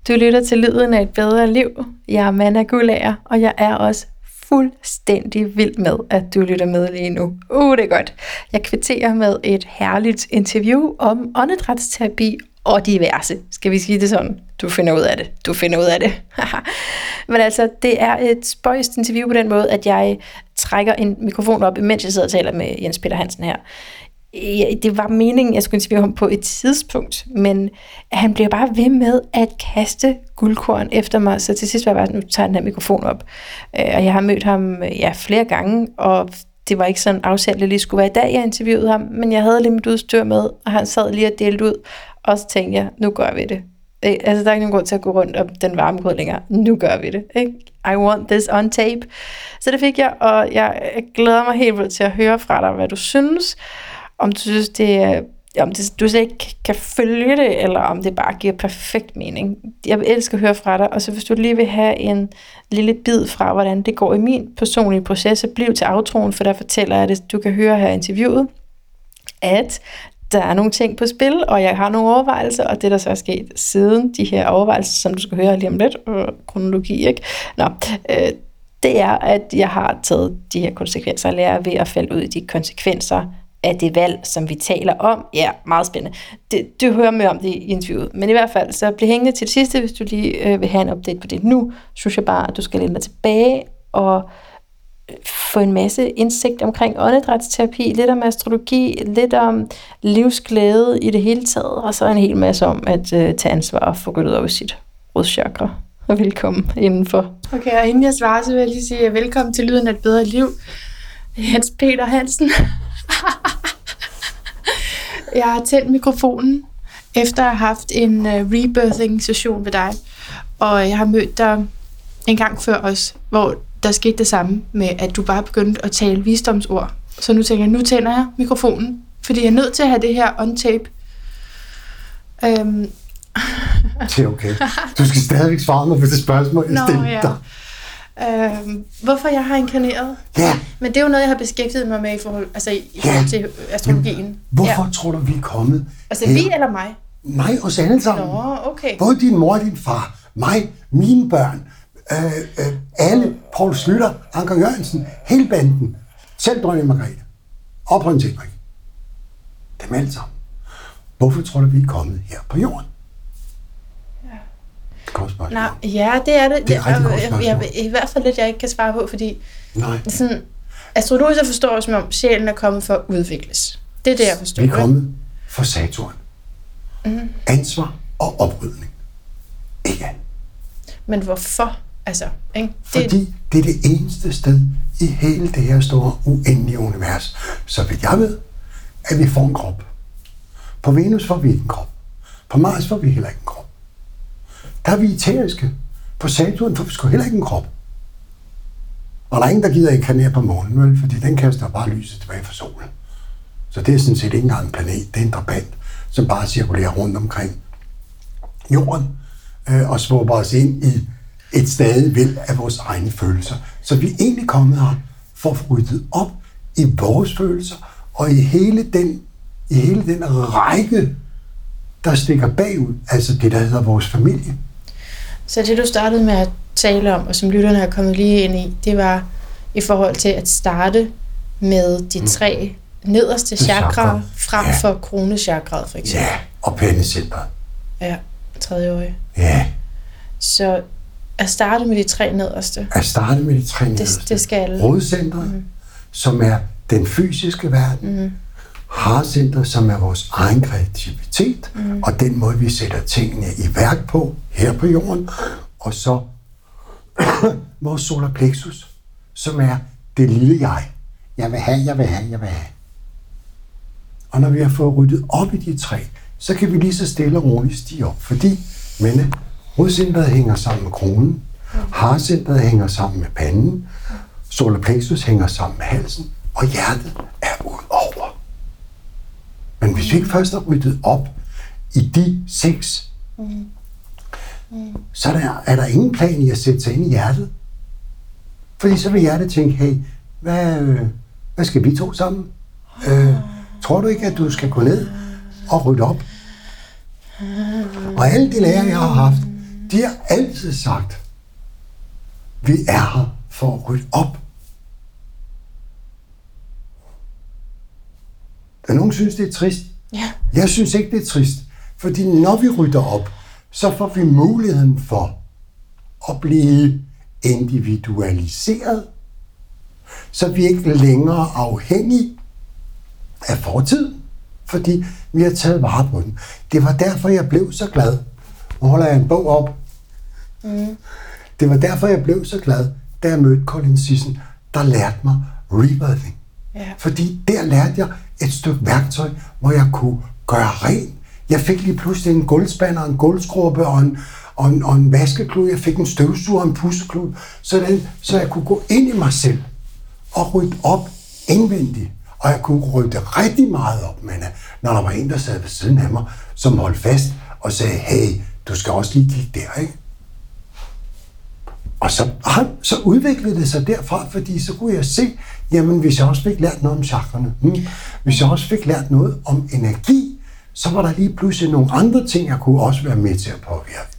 Du lytter til Lyden af et bedre liv. Jeg er Amanda Guldager, og jeg er også fuldstændig vild med, at du lytter med lige nu. Det er godt. Jeg kvitterer med et herligt interview om åndedrætsterapi og diverse. Skal vi sige det sådan? Du finder ud af det. Men altså, det er et spøjst interview på den måde, at jeg trækker en mikrofon op, imens jeg sidder og taler med Jens Peter Hansen her. Det var meningen, jeg skulle interviewe ham på et tidspunkt, men han bliver bare ved med at kaste guldkorn efter mig, så til sidst var jeg bare, nu tager den her mikrofon op. Og jeg har mødt ham flere gange, og det var ikke sådan aftalt, at det lige skulle være i dag, jeg interviewede ham, men jeg havde lige mit udstyr med, og han sad lige og delte ud, og så tænkte jeg, nu gør vi det. Altså, der er ikke nogen grund til at gå rundt om den varme grød længere. Nu gør vi det. Ikke? I want this on tape. Så det fik jeg, og jeg glæder mig helt vildt til at høre fra dig, hvad du synes. Om du synes, du slet ikke kan følge det, eller om det bare giver perfekt mening. Jeg vil elske at høre fra dig, og så hvis du lige vil have en lille bid fra, hvordan det går i min personlige proces, så bliv til outroen, for der fortæller jeg det, du kan høre her i interviewet, at der er nogle ting på spil, og jeg har nogle overvejelser, og det der så er sket siden de her overvejelser, som du skal høre lige om lidt, kronologi, ikke? Det er, at jeg har taget de her konsekvenser, og lærer ved at falde ud i de konsekvenser af det valg, som vi taler om. Ja, meget spændende. Du hører mere om det i interviewet. Men i hvert fald, så bliv hængende til det sidste, hvis du lige vil have en update på det nu. Synes jeg bare, at du skal læne dig tilbage og få en masse indsigt omkring åndedrætsterapi, lidt om astrologi, lidt om livsglæde i det hele taget, og så en hel masse om at tage ansvar og få ryddet over sit rodchakra. Og velkommen indenfor. Okay, og inden jeg svarer, så vil jeg lige sige velkommen til Lyden af et bedre liv. Jens Peter Hansen. Jeg har tændt mikrofonen, efter at have haft en rebirthing-session ved dig, og jeg har mødt dig en gang før også, hvor der skete det samme med, at du bare begyndte at tale visdomsord. Så nu tænker jeg, nu tænder jeg mikrofonen, fordi jeg er nødt til at have det her on tape. Det er okay. Du skal stadigvæk svare mig på det spørgsmål, jeg stillede dig. Hvorfor jeg har inkarneret? Ja. Men det er jo noget, jeg har beskæftiget mig med i forhold til astrologien. Hvorfor tror du, vi er kommet? Altså her? Vi eller mig? Mig og os alle sammen. Nå, okay. Både din mor og din far, mig, mine børn, alle, Poul Schlüter, Anker Jørgensen, hele banden, selv dronning Margrethe, og prins Henrik. Dem alle sammen. Hvorfor tror du, vi er kommet her på jorden? Nej, ja, det er det. Det er rigtig godt spørgsmål. I hvert fald lidt, jeg ikke kan svare på, fordi sådan, astrologisk forstår jeg, som om sjælen er kommet for at udvikles. Det er det, jeg forstår. Vi er kommet for Saturn. Ansvar og oprydning. Ikke andet. Men hvorfor? Altså, ikke? Fordi det er det eneste sted i hele det her store, uendelige univers, så vidt jeg ved, at vi får en krop. På Venus får vi ikke en krop. På Mars får vi heller ikke en krop. Der er vi eteriske. På Saturn får vi sgu heller ikke en krop. Og der er ingen, der gider inkarnere på månen, vel? Fordi den kaster bare lyset tilbage fra solen. Så det er sådan set ikke engang en planet. Det er en drabant, som bare cirkulerer rundt omkring jorden og svupper os ind i et stadig væld af vores egne følelser. Så vi er egentlig kommet her for at få ryddet op i vores følelser og i hele den række, der stikker bagud, altså det, der hedder vores familie. Så det, du startede med at tale om, og som lytterne er kommet lige ind i, det var i forhold til at starte med de tre nederste chakraer frem for kronechakraet, for eksempel. Ja, og pandecentret. Ja, tredje øje. Ja. Så at starte med de tre nederste. Det skal alle. Rodcentret, som er den fysiske verden. Heartcentret, som er vores egen kreativitet, og den måde, vi sætter tingene i værk på, her på jorden. Og så vores solar plexus, som er det lille jeg. Jeg vil have. Og når vi har fået ryddet op i de tre, så kan vi lige så stille og roligt stige op. Fordi, rodcentret hænger sammen med kronen, heartcentret hænger sammen med panden, solar plexus hænger sammen med halsen, og hjertet er udover. Men hvis vi ikke først har ryddet op i de 6, så er der ingen plan i at sætte sig ind i hjertet. Fordi så vil hjertet tænke, hey, hvad skal vi to sammen? Tror du ikke, at du skal gå ned og rydde op? Og alle de lærer, jeg har haft, De har altid sagt, vi er her for at rydde op. Og nogen synes, det er trist. Ja. Jeg synes ikke, det er trist. Fordi når vi rydder op, så får vi muligheden for at blive individualiseret, så vi ikke længere er afhængige af fortiden, fordi vi har taget vare på den. Det var derfor, jeg blev så glad. Nu holder jeg en bog op. Det var derfor, jeg blev så glad, da jeg mødte Colin Sissen, der lærte mig rebirthing. Ja. Fordi der lærte jeg et stykke værktøj, hvor jeg kunne gøre ren. Jeg fik lige pludselig en gulvspander, en gulvskrubbe og en vaskeklud. Jeg fik en støvsuger og en pusseklud, så jeg kunne gå ind i mig selv og rydde op indvendigt. Og jeg kunne rydde rigtig meget op, men når der var en, der sad ved siden af mig, som holdt fast og sagde, hey, du skal også lige kigge der, ikke? Og så udviklede det sig derfra, fordi så kunne jeg se, jamen hvis jeg også fik lært noget om chakrene, hvis jeg også fik lært noget om energi, så var der lige pludselig nogle andre ting, jeg kunne også være med til at påvirke.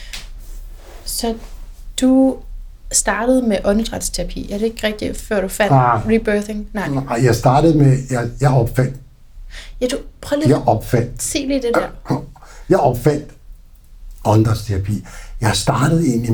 Så du startede med åndedrætsterapi, er det ikke rigtigt, før du fandt rebirthing? Nej, jeg startede med, jeg opfandt. Ja, du prøv lige at se lige det der. Jeg opfandt åndedrætsterapi. Jeg startede egentlig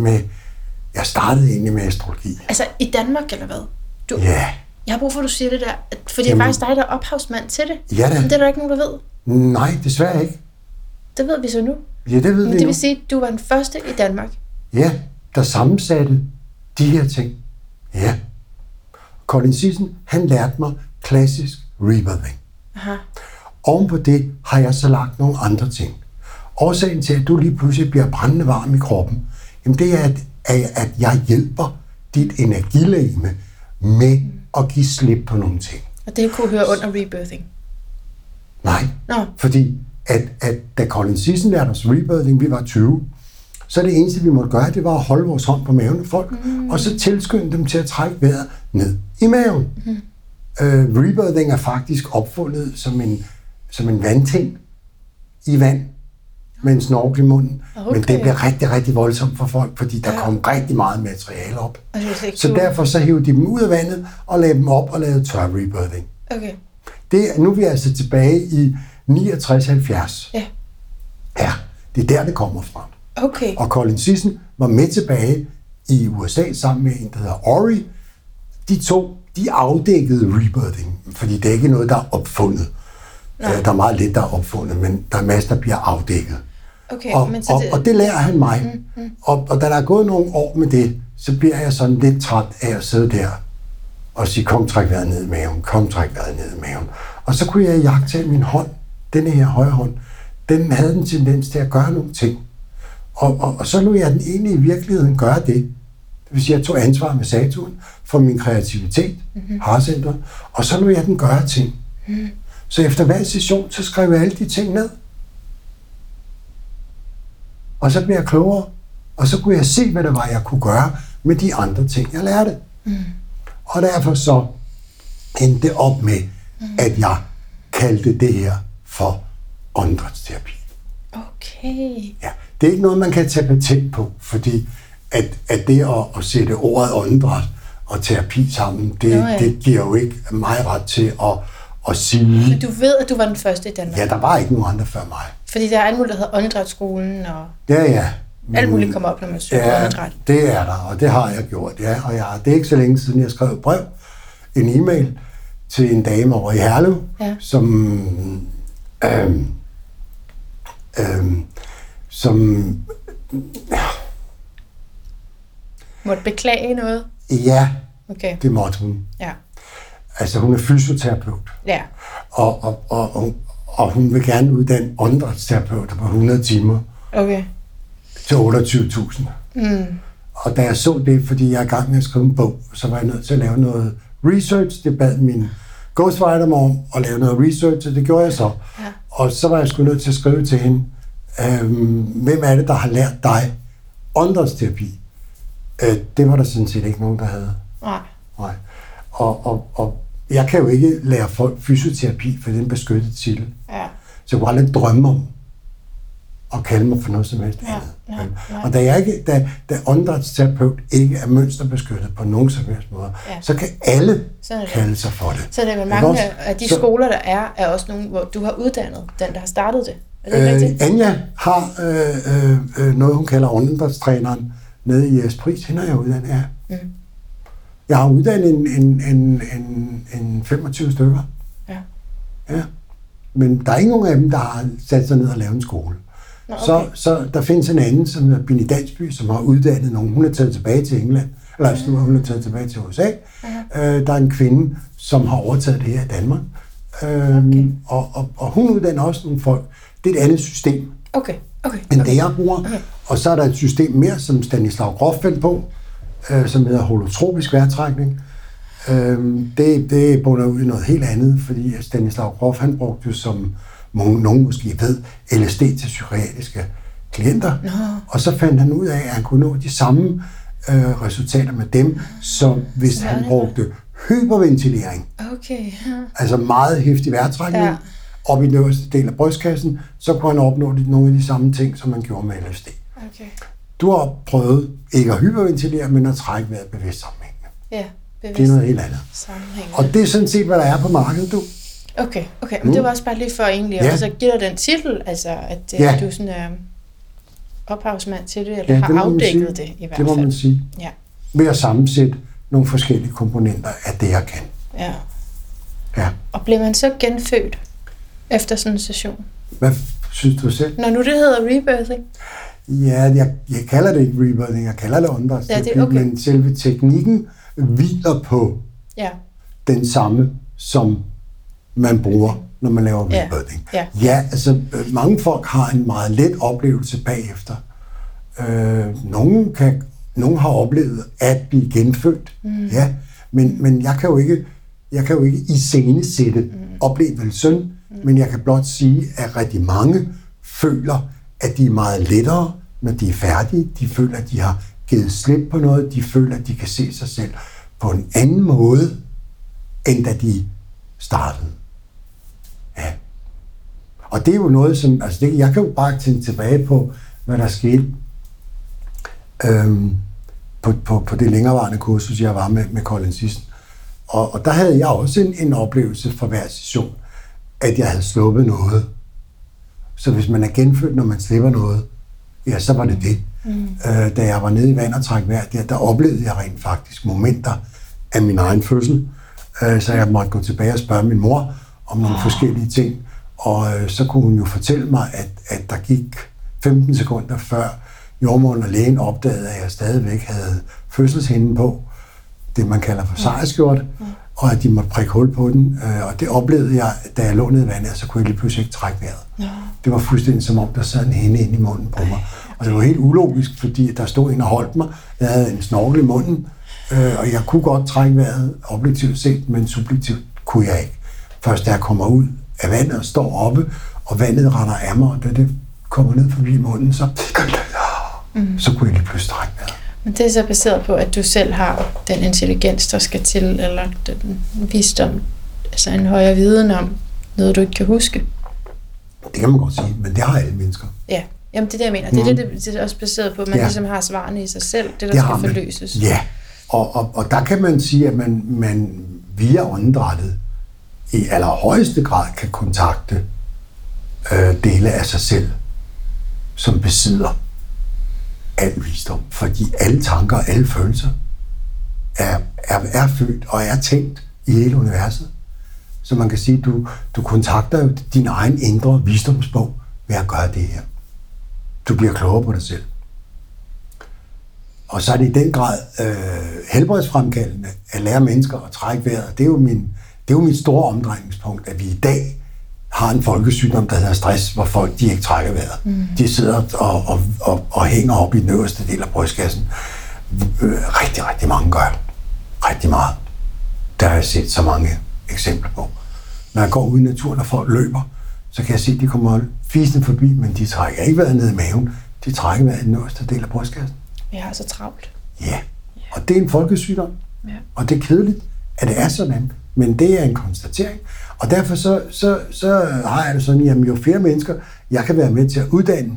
med astrologi. Altså i Danmark, eller hvad? Ja. Jeg har brug for, at du siger det der, for det er faktisk dig, der er ophavsmand til det. Ja da. Men det er der ikke nogen, der ved. Nej, desværre ikke. Det ved vi så nu. Ja, det ved vi Men nu. det vil sige, at du var den første i Danmark. Ja, der sammensatte de her ting. Ja. Colin Sissen, han lærte mig klassisk rebirthing. Aha. Oven på det har jeg så lagt nogle andre ting. Årsagen til, at du lige pludselig bliver brændende varm i kroppen, jamen det er, at jeg hjælper dit energilegeme med at give slip på nogle ting. Og det kunne høre under rebirthing? Nej, Nå. fordi at da Colin Sissen lærte os rebirthing, vi var 20, så det eneste, vi måtte gøre, det var at holde vores hånd på maven af folk, og så tilskynde dem til at trække vejret ned i maven. Rebirthing er faktisk opfundet som en vandting i vand med en snorkel i munden. Okay. Men det blev rigtig, rigtig voldsomt for folk, fordi der kom rigtig meget materiale op. Så derfor så hævde de dem ud af vandet og lagde dem op og lavede tør rebirthing. Okay. Nu er vi altså tilbage i 69-70. Ja. Ja, det er der, det kommer fra. Okay. Og Colin Sissen var med tilbage i USA sammen med en, der hedder Ori. De afdækkede rebirthing, fordi det er ikke noget, der er opfundet. Der er meget lidt, der er opfundet, men der er masser, der bliver afdækket. Okay, og det lærer han mig. Og da der er gået nogle år med det, så bliver jeg sådan lidt træt af at sidde der og sige, kom, træk vejret ned i maven, kom, træk vejret ned i maven. Og så kunne jeg jagtage min hånd, denne her højre hånd, den havde en tendens til at gøre nogle ting. Og så lod jeg den egentlig i virkeligheden gøre det. Det vil sige, at jeg tog ansvar med Saturn for min kreativitet, Heartcenteret, og så lod jeg den gøre ting. Så efter hver session, så skrev jeg alle de ting ned. Og så blev jeg klogere, og så kunne jeg se, hvad det var, jeg kunne gøre med de andre ting, jeg lærte. Og derfor så endte det op med, at jeg kaldte det her for åndedrætsterapi. Okay. Ja, det er ikke noget, man kan tage patent på, fordi at det at sætte ordet åndedræt og terapi sammen, det giver jo ikke mig ret til at sige... Men du ved, at du var den første i Danmark? Ja, der var ikke nogen andre før mig. Fordi der er alt muligt, der hedder åndedrætsskolen, og ja. alt muligt kommer op, når man søger åndedræt. Det er der, og det har jeg gjort, ja. Og det er ikke så længe siden, jeg skrev et brev, en e-mail, til en dame over i Herlev, som måtte beklage noget? Ja, okay. Det måtte hun. Ja. Altså, hun er fysioterapeut. Ja. Og hun vil gerne uddanne åndedrætsterapeuter på 100 timer. Okay. Til 28.000. Og da jeg så det, fordi jeg er i gang med at skrive en bog, så var jeg nødt til at lave noget research. Det bad min ghostwriter mig om at lave noget research, og det gjorde jeg så. Ja. Og så var jeg sgu nødt til at skrive til hende, hvem er det, der har lært dig åndedrætsterapi? Det var der sådan set ikke nogen, der havde. Nej. Og jeg kan jo ikke lære folk fysioterapi, for det er en beskyttet titel. Ja. Så jeg kunne aldrig drømme om at kalde mig for noget som helst andet. Og da åndedrætsterapeut ikke er mønsterbeskyttet på nogen som helst måde, så kan alle kalde sig for det. Så det er mange af de skoler, der er også nogle, hvor du har uddannet den, der har startet det. Er det rigtigt? Anja har noget, hun kalder åndedrætstræneren nede i Espris. Hende har jeg uddannet, ja. Jeg har uddannet en 25 stykker. Ja. Men der er ikke nogen af dem, der har sat sig ned og lavet en skole. Nå, okay. Så der findes en anden, som hedder Bini Dansby, som har uddannet nogen. Hun er taget tilbage til England, eller hun er taget tilbage til USA. Der er en kvinde, som har overtaget det her i Danmark. Og hun uddanner også nogle folk. Det er et andet system, end det jeg bruger. Og så er der et system mere, som Stanislav Grof fandt på, som hedder holotropisk vejrtrækning. Det bunder ud i noget helt andet, fordi Stanislav Grof, han brugte jo, som nogen måske ved, LSD til psykiatriske klienter. Og så fandt han ud af, at han kunne nå de samme resultater med dem, som hvis han brugte hyperventilering. Altså meget hæftig vejrtrækning op i den øverste del af brystkassen, så kunne han opnå nogle af de samme ting, som man gjorde med LSD. Du har prøvet ikke at hyperventilere, men at trække vejret bevidst sammenhængende. Ja, bevidst. Det er noget helt andet. Og det er sådan set, hvad der er på markedet, du. Okay. Men det var også bare lige for egentlig at så give dig den titel, altså at du sådan er ophavsmand til det, eller har afdækket det i hvert fald. Det må man sige. Ja. Ved at sammensætte nogle forskellige komponenter af det, jeg kan. Ja. Og bliver man så genfødt efter sådan en session? Hvad synes du selv? Når nu det hedder rebirthing? Ja, jeg kalder det ikke rebirthing, jeg kalder det åndedrætsterapi, men selve teknikken hviler på den samme, som man bruger, når man laver rebirthing. Ja, altså mange folk har en meget let oplevelse bagefter. Nogen har oplevet at blive genfødt, men jeg kan jo ikke iscenesætte oplevelsen, men jeg kan blot sige, at rigtig mange føler, at de er meget lettere, når de er færdige. De føler, at de har givet slip på noget. De føler, at de kan se sig selv på en anden måde, end da de startede. Ja. Og det er jo noget, som... Altså jeg kan jo bare tænke tilbage på, hvad der skete på det længerevarende kursus, jeg var med Colin Sissen. Og der havde jeg også en oplevelse for hver session, at jeg havde sluppet noget. Så hvis man er genfødt, når man slipper noget, ja, så var det det. Da jeg var nede i vand og træk vejr, der oplevede jeg rent faktisk momenter af min egen fødsel. Så jeg måtte gå tilbage og spørge min mor om nogle forskellige ting. Og så kunne hun jo fortælle mig, at der gik 15 sekunder før jordemoderen og lægen opdagede, at jeg stadigvæk havde fødselshænden på, det man kalder for sejrskjorte, og at de måtte prikke hul på den. Og det oplevede jeg, da jeg lå nede i vandet, så kunne jeg lige pludselig ikke trække vejret. Det var fuldstændig som om, der sad en hende ind i munden på mig. Og det var helt ulogisk, fordi der stod en og holdt mig. Jeg havde en snorkel i munden, og jeg kunne godt trække vejret objektivt set, men subjektivt kunne jeg ikke. Først da jeg kommer ud af vandet og står oppe, og vandet render af mig, og da det kommer ned forbi munden, så kunne jeg lige pludselig trække vejret. Men det er så baseret på, at du selv har den intelligens, der skal til, eller den visdom, altså en højere viden om noget, du ikke kan huske. Det kan man godt sige, men det har alle mennesker. Ja, jamen det er det, jeg mener. Det er også baseret på, at man ligesom har svarene i sig selv, det der skal forløses. Ja, og der kan man sige, at man via åndedrættet i allerhøjeste grad kan kontakte dele af sig selv, som besidder al visdom, fordi alle tanker og alle følelser er født og er tænkt i hele universet. Så man kan sige, at du kontakter jo din egen indre visdomsbog ved at gøre det her. Du bliver klogere på dig selv. Og så er det i den grad helbredsfremkaldende at lære mennesker at trække vejret. Det er jo mit store omdrejningspunkt, at vi i dag har en folkesygdom, der hedder stress, hvor folk de ikke trækker vejret. De sidder og hænger op i den øverste del af brystkassen. Rigtig, rigtig mange gør. Rigtig meget. Der har jeg set så mange eksempler på. Når jeg går ud i naturen, og folk løber, så kan jeg se, at de kommer fisende forbi, men de trækker ikke vejret ned i maven. De trækker vejret i den øverste del af brystkassen. Vi har så travlt. Ja, og det er en folkesygdom. Ja. Og det er kedeligt, at det er sådan. Men det er en konstatering. Og derfor så har jeg det sådan, at jo flere mennesker, jeg kan være med til at uddanne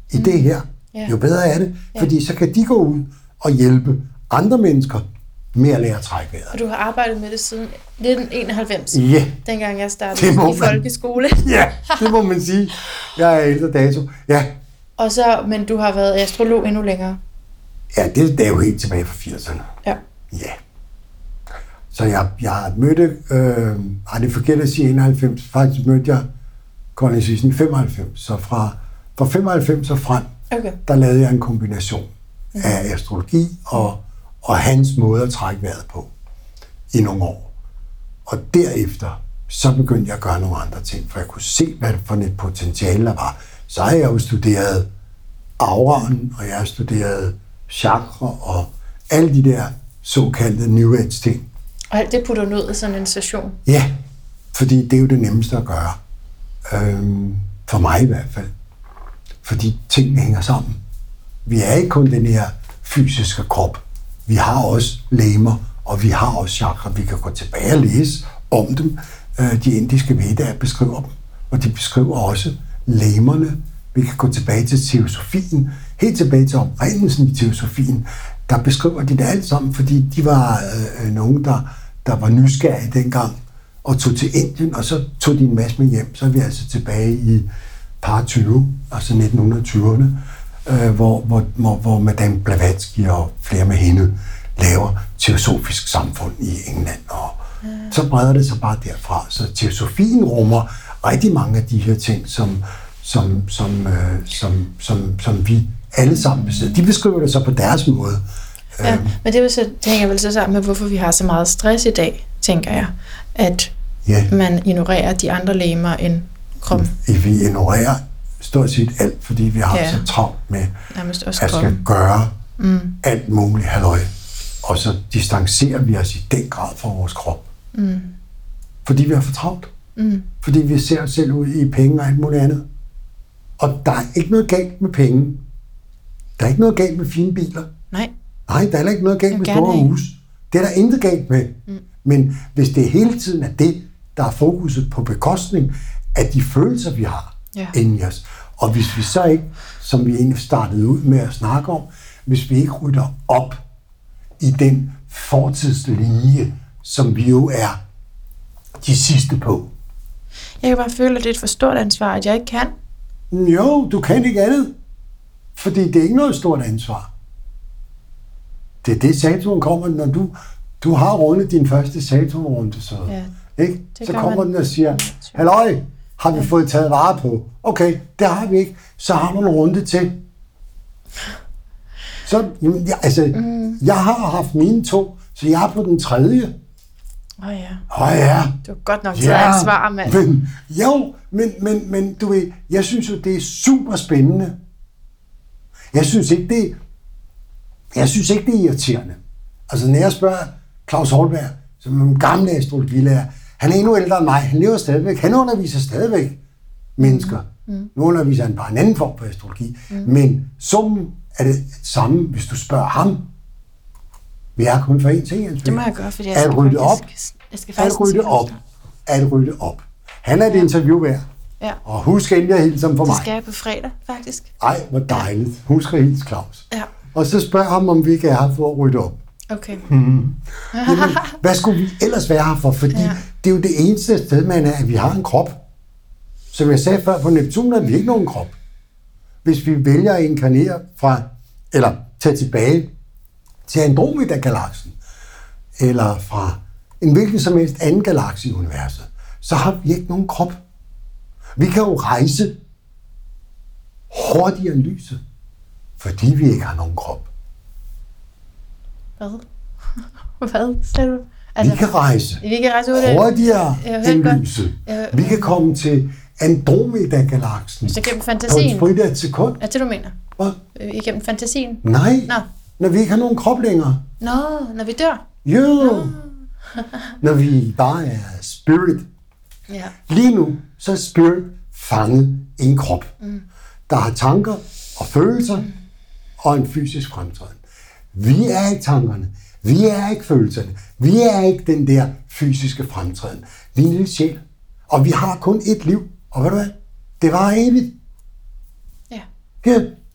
i det her, jo bedre er det. Fordi så kan de gå ud og hjælpe andre mennesker med at lære at trække vejret. Og du har arbejdet med det siden 1991, dengang jeg startede i folkeskole. Ja, det må man sige. Jeg er ældre dato. Ja. Og så, men du har været astrolog endnu længere. Ja, det er jo helt tilbage fra 80'erne. Ja. Ja. Så jeg mødte, det er forkert at sige 91, faktisk mødte jeg Colin Sisson i 95. Så fra 95 og frem, der lavede jeg en kombination af astrologi og hans måde at trække vejret på i nogle år. Og derefter, så begyndte jeg at gøre nogle andre ting, for jeg kunne se, hvad for et potentiale der var. Så har jeg jo studeret auraen, og jeg har studeret chakra og alle de der såkaldte New Age ting. Og alt det putter ud i sådan en session? Ja, fordi det er jo det nemmeste at gøre. For mig i hvert fald. Fordi tingene hænger sammen. Vi er ikke kun den her fysiske krop. Vi har også legemer, og vi har også chakra. Vi kan gå tilbage og læse om dem. De indiske Vedaer beskriver dem, og de beskriver også legemerne. Vi kan gå tilbage til teosofien, helt tilbage til oprindelsen i teosofien. Der beskriver de det alt sammen, fordi de var nogen, der var nysgerrige dengang, og tog til Indien, og så tog de en masse med hjem. Så er vi altså tilbage i par 20, altså 1920'erne, hvor Madame Blavatsky og flere med hende laver teosofisk samfund i England, og så breder det sig bare derfra. Så teosofien rummer rigtig mange af de her ting, som vi alle sammen besidder. De beskriver det så på deres måde. Ja, men det hænger vel så sammen med, hvorfor vi har så meget stress i dag, tænker jeg, at man ignorerer de andre legemer end kroppen. Vi ignorerer stort set alt, fordi vi har så travlt med at skal gøre alt muligt halløj. Og så distancerer vi os i den grad fra vores krop. Fordi vi har for travlt. Fordi vi ser os selv ud i penge og alt muligt andet. Og der er ikke noget galt med penge. Der er ikke noget galt med fine biler. Nej, der er heller ikke noget galt med store hus. Det er der intet galt med. Men hvis det hele tiden er det, der er fokuset på bekostning af de følelser, vi har inde i os. Og hvis vi så ikke, som vi egentlig startede ud med at snakke om, hvis vi ikke rydder op i den fortidslinje, som vi jo er de sidste på. Jeg kan bare føle, at det er et for stort ansvar, at jeg ikke kan. Jo, du kan ikke andet. Fordi det er ikke noget stort ansvar. Det er det, Saturn kommer, når du har rundet din første Saturn-runde, så, ikke? Så kommer den og siger, halløj, har vi fået taget vare på? Okay, det har vi ikke. Så har du en runde til. Så, jeg har haft mine 2, så jeg er på den 3. Ja. Du har godt nok taget ansvar, mand. Men du ved, jeg synes jo, det er super spændende. Jeg synes ikke, det er irriterende. Altså, når jeg spørger Claus Holberg, som er en gammel astrologilærer, han er endnu ældre end mig, han lever stadigvæk, han underviser stadigvæk mennesker. Nu underviser han bare en anden form for astrologi, men summen er det samme, hvis du spørger ham. Vi er kun for én ting, Jens. Det må jeg gøre, fordi jeg skal rydde op. Han er et interview værd. Ja. Og husk endelig at hilse ham for mig. Det skal jeg på fredag, faktisk. Ej, hvor dejligt. Husk at hilse Claus. Ja. Og så spørg ham, om vi ikke er her for at rydde op. Okay. Jamen, hvad skulle vi ellers være her for? Fordi det er jo det eneste sted, man er, at vi har en krop. Som jeg sagde før, på Neptun er vi ikke nogen krop. Hvis vi vælger at inkarnere fra, eller tage tilbage til Andromeda-galaksen, eller fra en hvilken som helst anden galakse i universet, så har vi ikke nogen krop. Vi kan jo rejse hurtigere end lyset, fordi vi ikke har nogen krop. Hvad sagde du? Altså, vi kan rejse hurtigere end lyset. Vi kan komme til Andromeda-galaksen. Så gennem fantasien? På et sekund. Er det, du mener? Hvad? Igennem fantasien? Nej, når vi ikke har nogen krop længere. Når vi dør? Jo. Når vi bare er spirit. Ja. Lige nu, så er spirit fanget i en krop, der har tanker og følelser og en fysisk fremtræden. Vi er ikke tankerne. Vi er ikke følelserne. Vi er ikke den der fysiske fremtræden. Vi er en lille sjæl. Og vi har kun ét liv. Og ved du hvad? Det var evigt. Ja. Ja,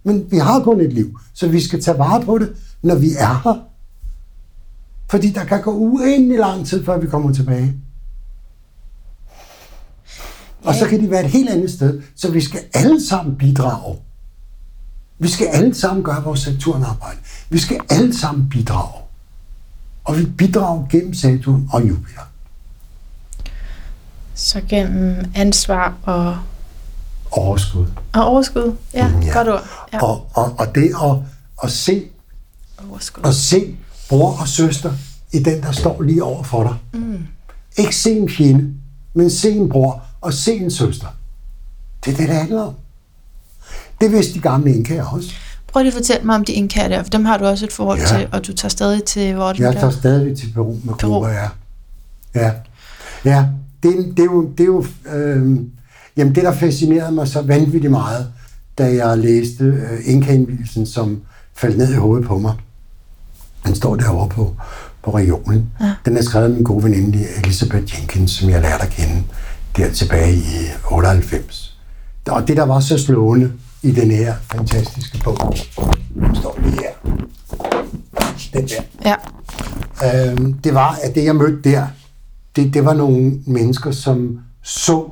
Men vi har kun et liv, så vi skal tage vare på det, når vi er her. Fordi der kan gå uendelig lang tid, før vi kommer tilbage. Og så kan de være et helt andet sted, så vi skal alle sammen bidrage. Vi skal alle sammen gøre vores Saturnarbejde. Vi skal alle sammen bidrage. Og vi bidrager gennem Saturn og Jupiter. Så gennem ansvar og... Overskud. Og overskud, ja, godt ord. Ja. Og det at se, at se bror og søster i den, der står lige over for dig. Ikke se en fjende, men se en bror og se en søster. Det er det, det handler om. Det vidste de gamle inkaer også. Prøv lige at fortælle mig om de inkaer der, for dem har du også et forhold til, og du tager stadig til, hvor du Jeg tager stadig til Peru med grupper, ja. Ja, det er jo jamen det, der fascinerede mig så vanvittigt meget, da jeg læste Inka-indvielsen, som faldt ned i hovedet på mig. Den står derovre på regionen. Ja. Den er skrevet af min gode veninde Elizabeth Jenkins, som jeg lærte at kende der tilbage i 98. Og det, der var så slående i den her fantastiske bog, står lige her. Den der. Ja. Det var, at det, jeg mødte der, det var nogle mennesker, som så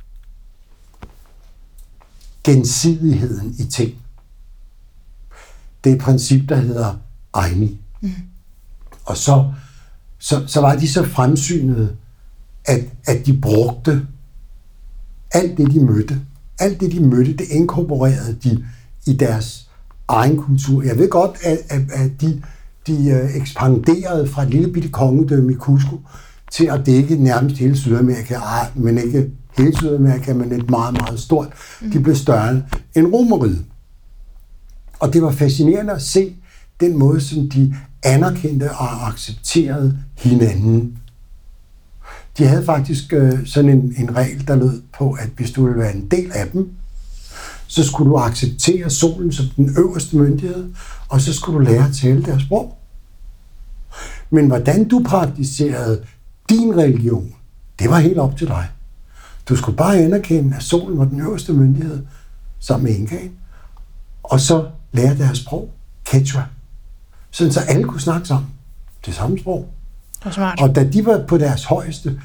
gensidigheden i ting. Det er et princip, der hedder Aini. Og så var de så fremsynede, at de brugte alt det, de mødte. Alt det, de mødte, det inkorporerede de i deres egen kultur. Jeg ved godt, at de ekspanderede fra et lille bitte kongedømme i Cusco til at dække nærmest hele Sydamerika, men ikke hele Sydamerika, men et meget, meget stort. De blev større end Romeriet. Og det var fascinerende at se den måde, som de anerkendte og accepterede hinanden. De havde faktisk sådan en regel, der lød på, at hvis du ville være en del af dem, så skulle du acceptere solen som den øverste myndighed, og så skulle du lære at tale deres sprog. Men hvordan du praktiserede din religion, det var helt op til dig. Du skulle bare anerkende, at solen var den øverste myndighed, sammen med Inkaen, og så lære deres sprog, Quechua. Sådan så alle kunne snakke sammen. Det samme sprog. Og da de var på deres højeste,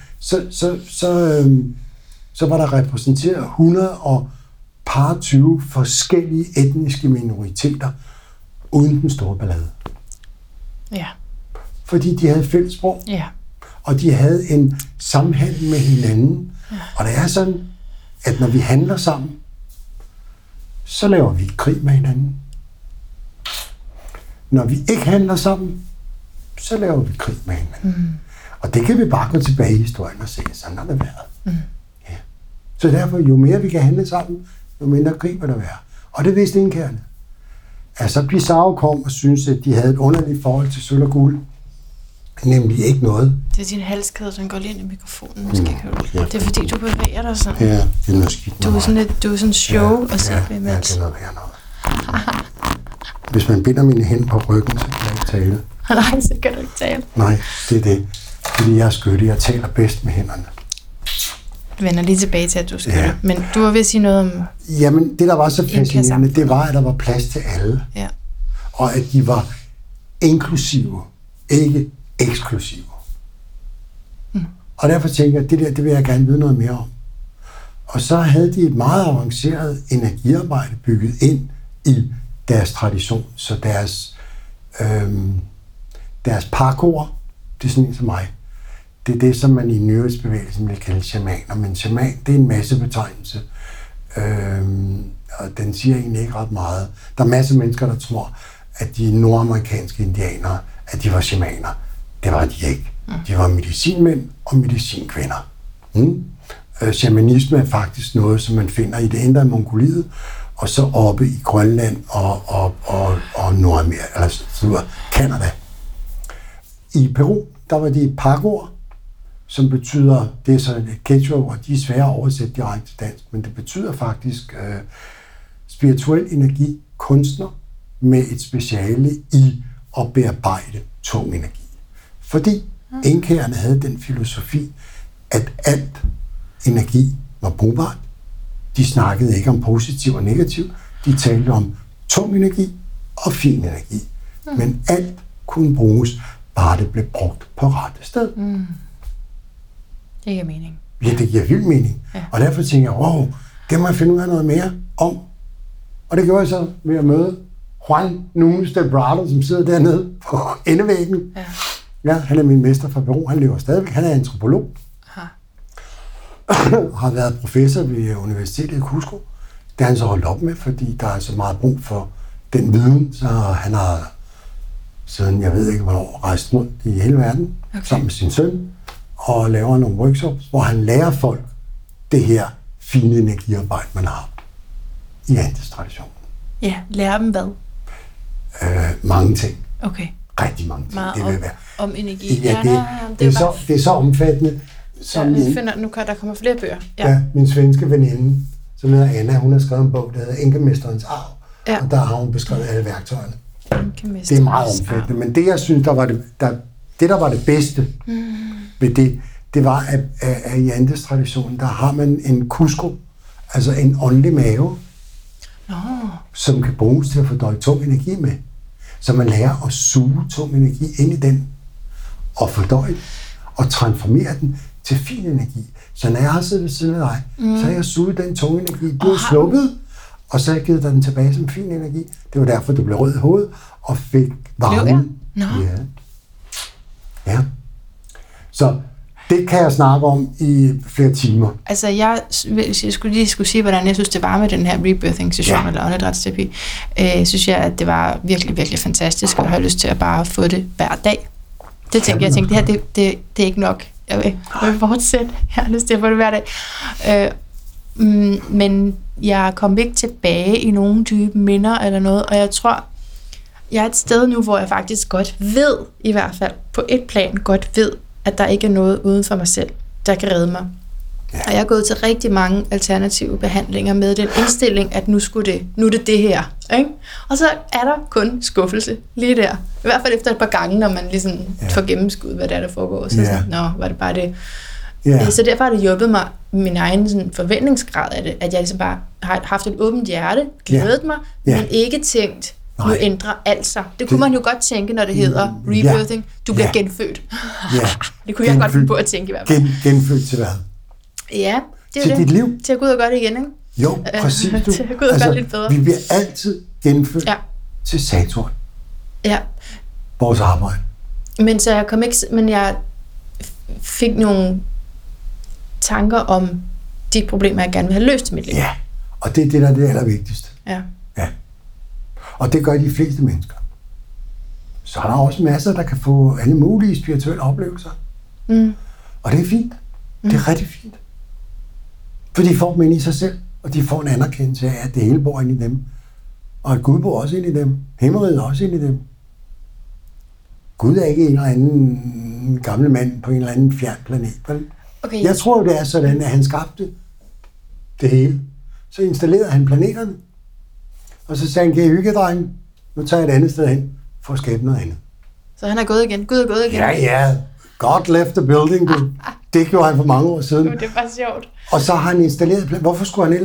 så var der repræsenteret 120 forskellige etniske minoriteter uden den store ballade. Ja. Fordi de havde fælles sprog. Ja. Og de havde en samhandel med hinanden. Ja. Og det er sådan, at når vi handler sammen, så laver vi krig med hinanden. Når vi ikke handler sammen, så laver vi krig med hinanden. Og det kan vi bare gå tilbage i historien og se, sådan har det været. Ja. Så derfor, jo mere vi kan handle sammen, jo mindre krig vil der være. Og det vidste inkerne. Altså Pizarro kom og syntes, at de havde et underligt forhold til sølv og guld. Nemlig ikke noget. Det er din halskæde, den går lige ind i mikrofonen. Måske ja. Det er fordi, du bevæger dig sådan. Ja, det er noget skidt. Du er sådan show og se imens. Ja, det er noget værd noget. Hvis man binder mine hænder på ryggen, så kan jeg ikke tale. Nej, så kan du ikke tale. Nej, det er det. Fordi jeg er skytte. Jeg taler bedst med hænderne. Du vender lige tilbage til, at du er skytte. Ja. Men du var ved at sige noget om... Jamen, det der var så fascinerende, det var, at der var plads til alle. Ja. Og at de var inklusive, ikke eksklusive. Og derfor tænker jeg, det vil jeg gerne vide noget mere om. Og så havde de et meget avanceret energiarbejde bygget ind i deres tradition, så deres parkour, det er sådan en som mig. Det er det, som man i nyhedsbevægelsen vil kalde shamaner, men shaman, det er en massebetegnelse, og den siger egentlig ikke ret meget. Der er masser af mennesker, der tror, at de nordamerikanske indianere, at de var shamaner. Det var de ikke. De var medicinmænd og medicinkvinder. Shamanisme er faktisk noget, som man finder i det indre Mongoliet, og så oppe i Grønland og Nordamerika, eller Canada. I Peru, der var de parkour, som betyder, det er så et Quechua-ord, de er svære at oversætte direkte til dansk, men det betyder faktisk spirituel energi, kunstner med et speciale i at bearbejde tung energi. Fordi inkæerne havde den filosofi, at alt energi var brugbart. De snakkede ikke om positiv og negativ, de talte om tung energi og fin energi. Men alt kunne bruges, bare det blev brugt på rette sted. Det giver mening. Ja, det giver vild mening. Ja. Og derfor tænker jeg, wow, det må jeg finde ud af noget mere om. Og det gjorde jeg så ved at møde Juan Núñez del Prado, som sidder dernede på endevæggen. Ja. Ja, han er min mester fra Peru. Han lever stadigvæk. Han er antropolog. Har været professor ved Universitetet i Cusco. Det har han så holdt op med, fordi der er så meget brug for den viden. Så han har siden, jeg ved ikke hvornår, rejst rundt i hele verden, sammen med sin søn, og laver nogle workshops, hvor han lærer folk det her fine energiarbejde, man har i Andes-traditionen. Ja, lærer dem hvad? Mange ting. Okay. Rigtig mange ting. Meget det vil være. Om energi. Ja, det er så omfattende. Som der kommer flere bøger. Ja, min svenske veninde, som hedder Anna, hun har skrevet en bog, der hedder Enkemesterens Arv, og der har hun beskrevet alle værktøjerne. Det er meget omfattende, men det, jeg synes, der var det bedste ved det var, at i Andes-traditionen, der har man en Cusco, altså en åndelig mave, som kan bruges til at fordøje tung energi med. Så man lærer at suge tung energi ind i den, og fordøje og transformere den til fin energi. Så når jeg har siddet ved siden af dig, så har jeg suget den tunge energi, du har sluppet, og så har jeg givet dig den tilbage som fin energi. Det var derfor, du blev rød i hovedet og fik varmen. Ja. Så det kan jeg snakke om i flere timer. Altså, hvis jeg skulle sige, hvordan jeg synes, det var med den her rebirthing-session eller åndedrætsterapi, synes jeg, at det var virkelig, virkelig fantastisk, og jeg har lyst til at bare få det hver dag. Det tænkte jeg, det her, det er ikke nok. Jeg vil fortsætte. Jeg har lyst til at få det hver dag. Men jeg kom ikke tilbage i nogen dybe minder eller noget, og jeg tror, jeg er et sted nu, hvor jeg faktisk godt ved, i hvert fald på et plan godt ved, at der ikke er noget uden for mig selv, der kan redde mig. Ja. Og jeg er gået til rigtig mange alternative behandlinger med den indstilling, at nu er det her. Ikke? Og så er der kun skuffelse lige der. I hvert fald efter et par gange, når man ligesom får gennemskud, hvad der foregår. Så var det bare det. Ja. Så derfor har det hjulpet mig, min egen sådan, forventningsgrad af det, at jeg ligesom bare har haft et åbent hjerte, glædet mig, men ikke tænkt, nu ændrer alt sig. Det kunne man jo godt tænke, når det hedder rebirthing. Du bliver genfødt. Det kunne jeg godt finde på at tænke i hvert fald. Genfødt til hvad? Ja, det er til det. Dit liv? Til at gå ud og gøre det igen, ikke? Jo, præcis. Til at gå ud og gøre det lidt bedre. Vi bliver altid genfødt til Saturn. Ja. Vores arbejde. Men jeg fik nogle tanker om de problemer, jeg gerne vil have løst i mit liv. Ja, og det er det, der er det allervigtigste. Ja. Og det gør de fleste mennesker. Så er der også masser, der kan få alle mulige spirituelle oplevelser. Og det er fint. Det er rigtig fint. For de får dem ind i sig selv, og de får en anerkendelse af, at det hele bor ind i dem. Og at Gud bor også ind i dem. Himmeriget er også ind i dem. Gud er ikke en eller anden gammel mand på en eller anden fjern planet. Okay. Jeg tror, det er sådan, at han skabte det hele. Så installerede han planeterne. Og så sagde han, kan I hygge, drenge? Nu tager jeg et andet sted hen for at skabe noget andet. Så han er gået igen? Gud er gået igen? Ja. God left the building. Det gjorde han for mange år siden. Det var sjovt. Og så har han installeret... Hvorfor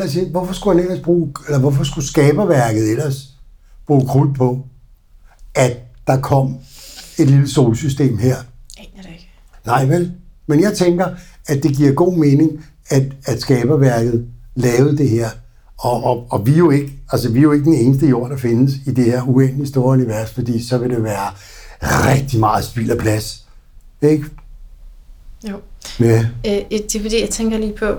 skulle skaberværket ellers bruge krudt på, at der kom et lille solsystem her? Aner det ikke. Nej vel? Men jeg tænker, at det giver god mening, at skaberværket lavede det her. Og vi er jo ikke den eneste jord, der findes i det her uendeligt store univers, fordi så vil det være rigtig meget spild af plads. Ikke? Jo. Ja. Det er fordi, jeg tænker lige på,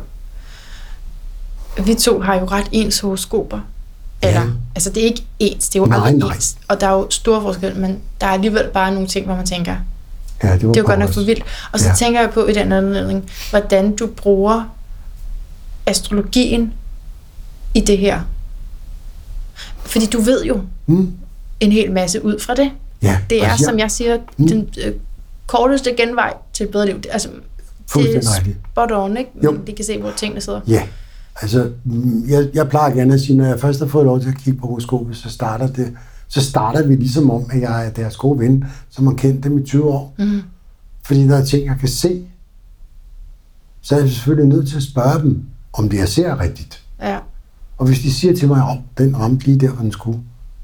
vi to har jo ret ens horoskoper. Altså det er ikke ens, det er jo aldrig ens. Og der er jo store forskel, men der er alligevel bare nogle ting, hvor man tænker, det er jo godt nok for vildt. Og så tænker jeg på i den anledning, hvordan du bruger astrologien i det her. Fordi du ved jo en hel masse ud fra det. Ja, det er, som jeg siger, den korteste genvej til et bedre liv. Altså, det er spot on, ikke? Men de kan se, hvor tingene sidder. Ja, altså, jeg plejer gerne at sige, når jeg først har fået lov til at kigge på horoskopet, så starter vi ligesom om, at jeg er deres gode ven, som har kendt dem i 20 år. Fordi der er ting, jeg kan se. Så er jeg selvfølgelig nødt til at spørge dem, om det jeg ser er rigtigt. Ja. Og hvis de siger til mig, den ramte lige der, hvor den skulle,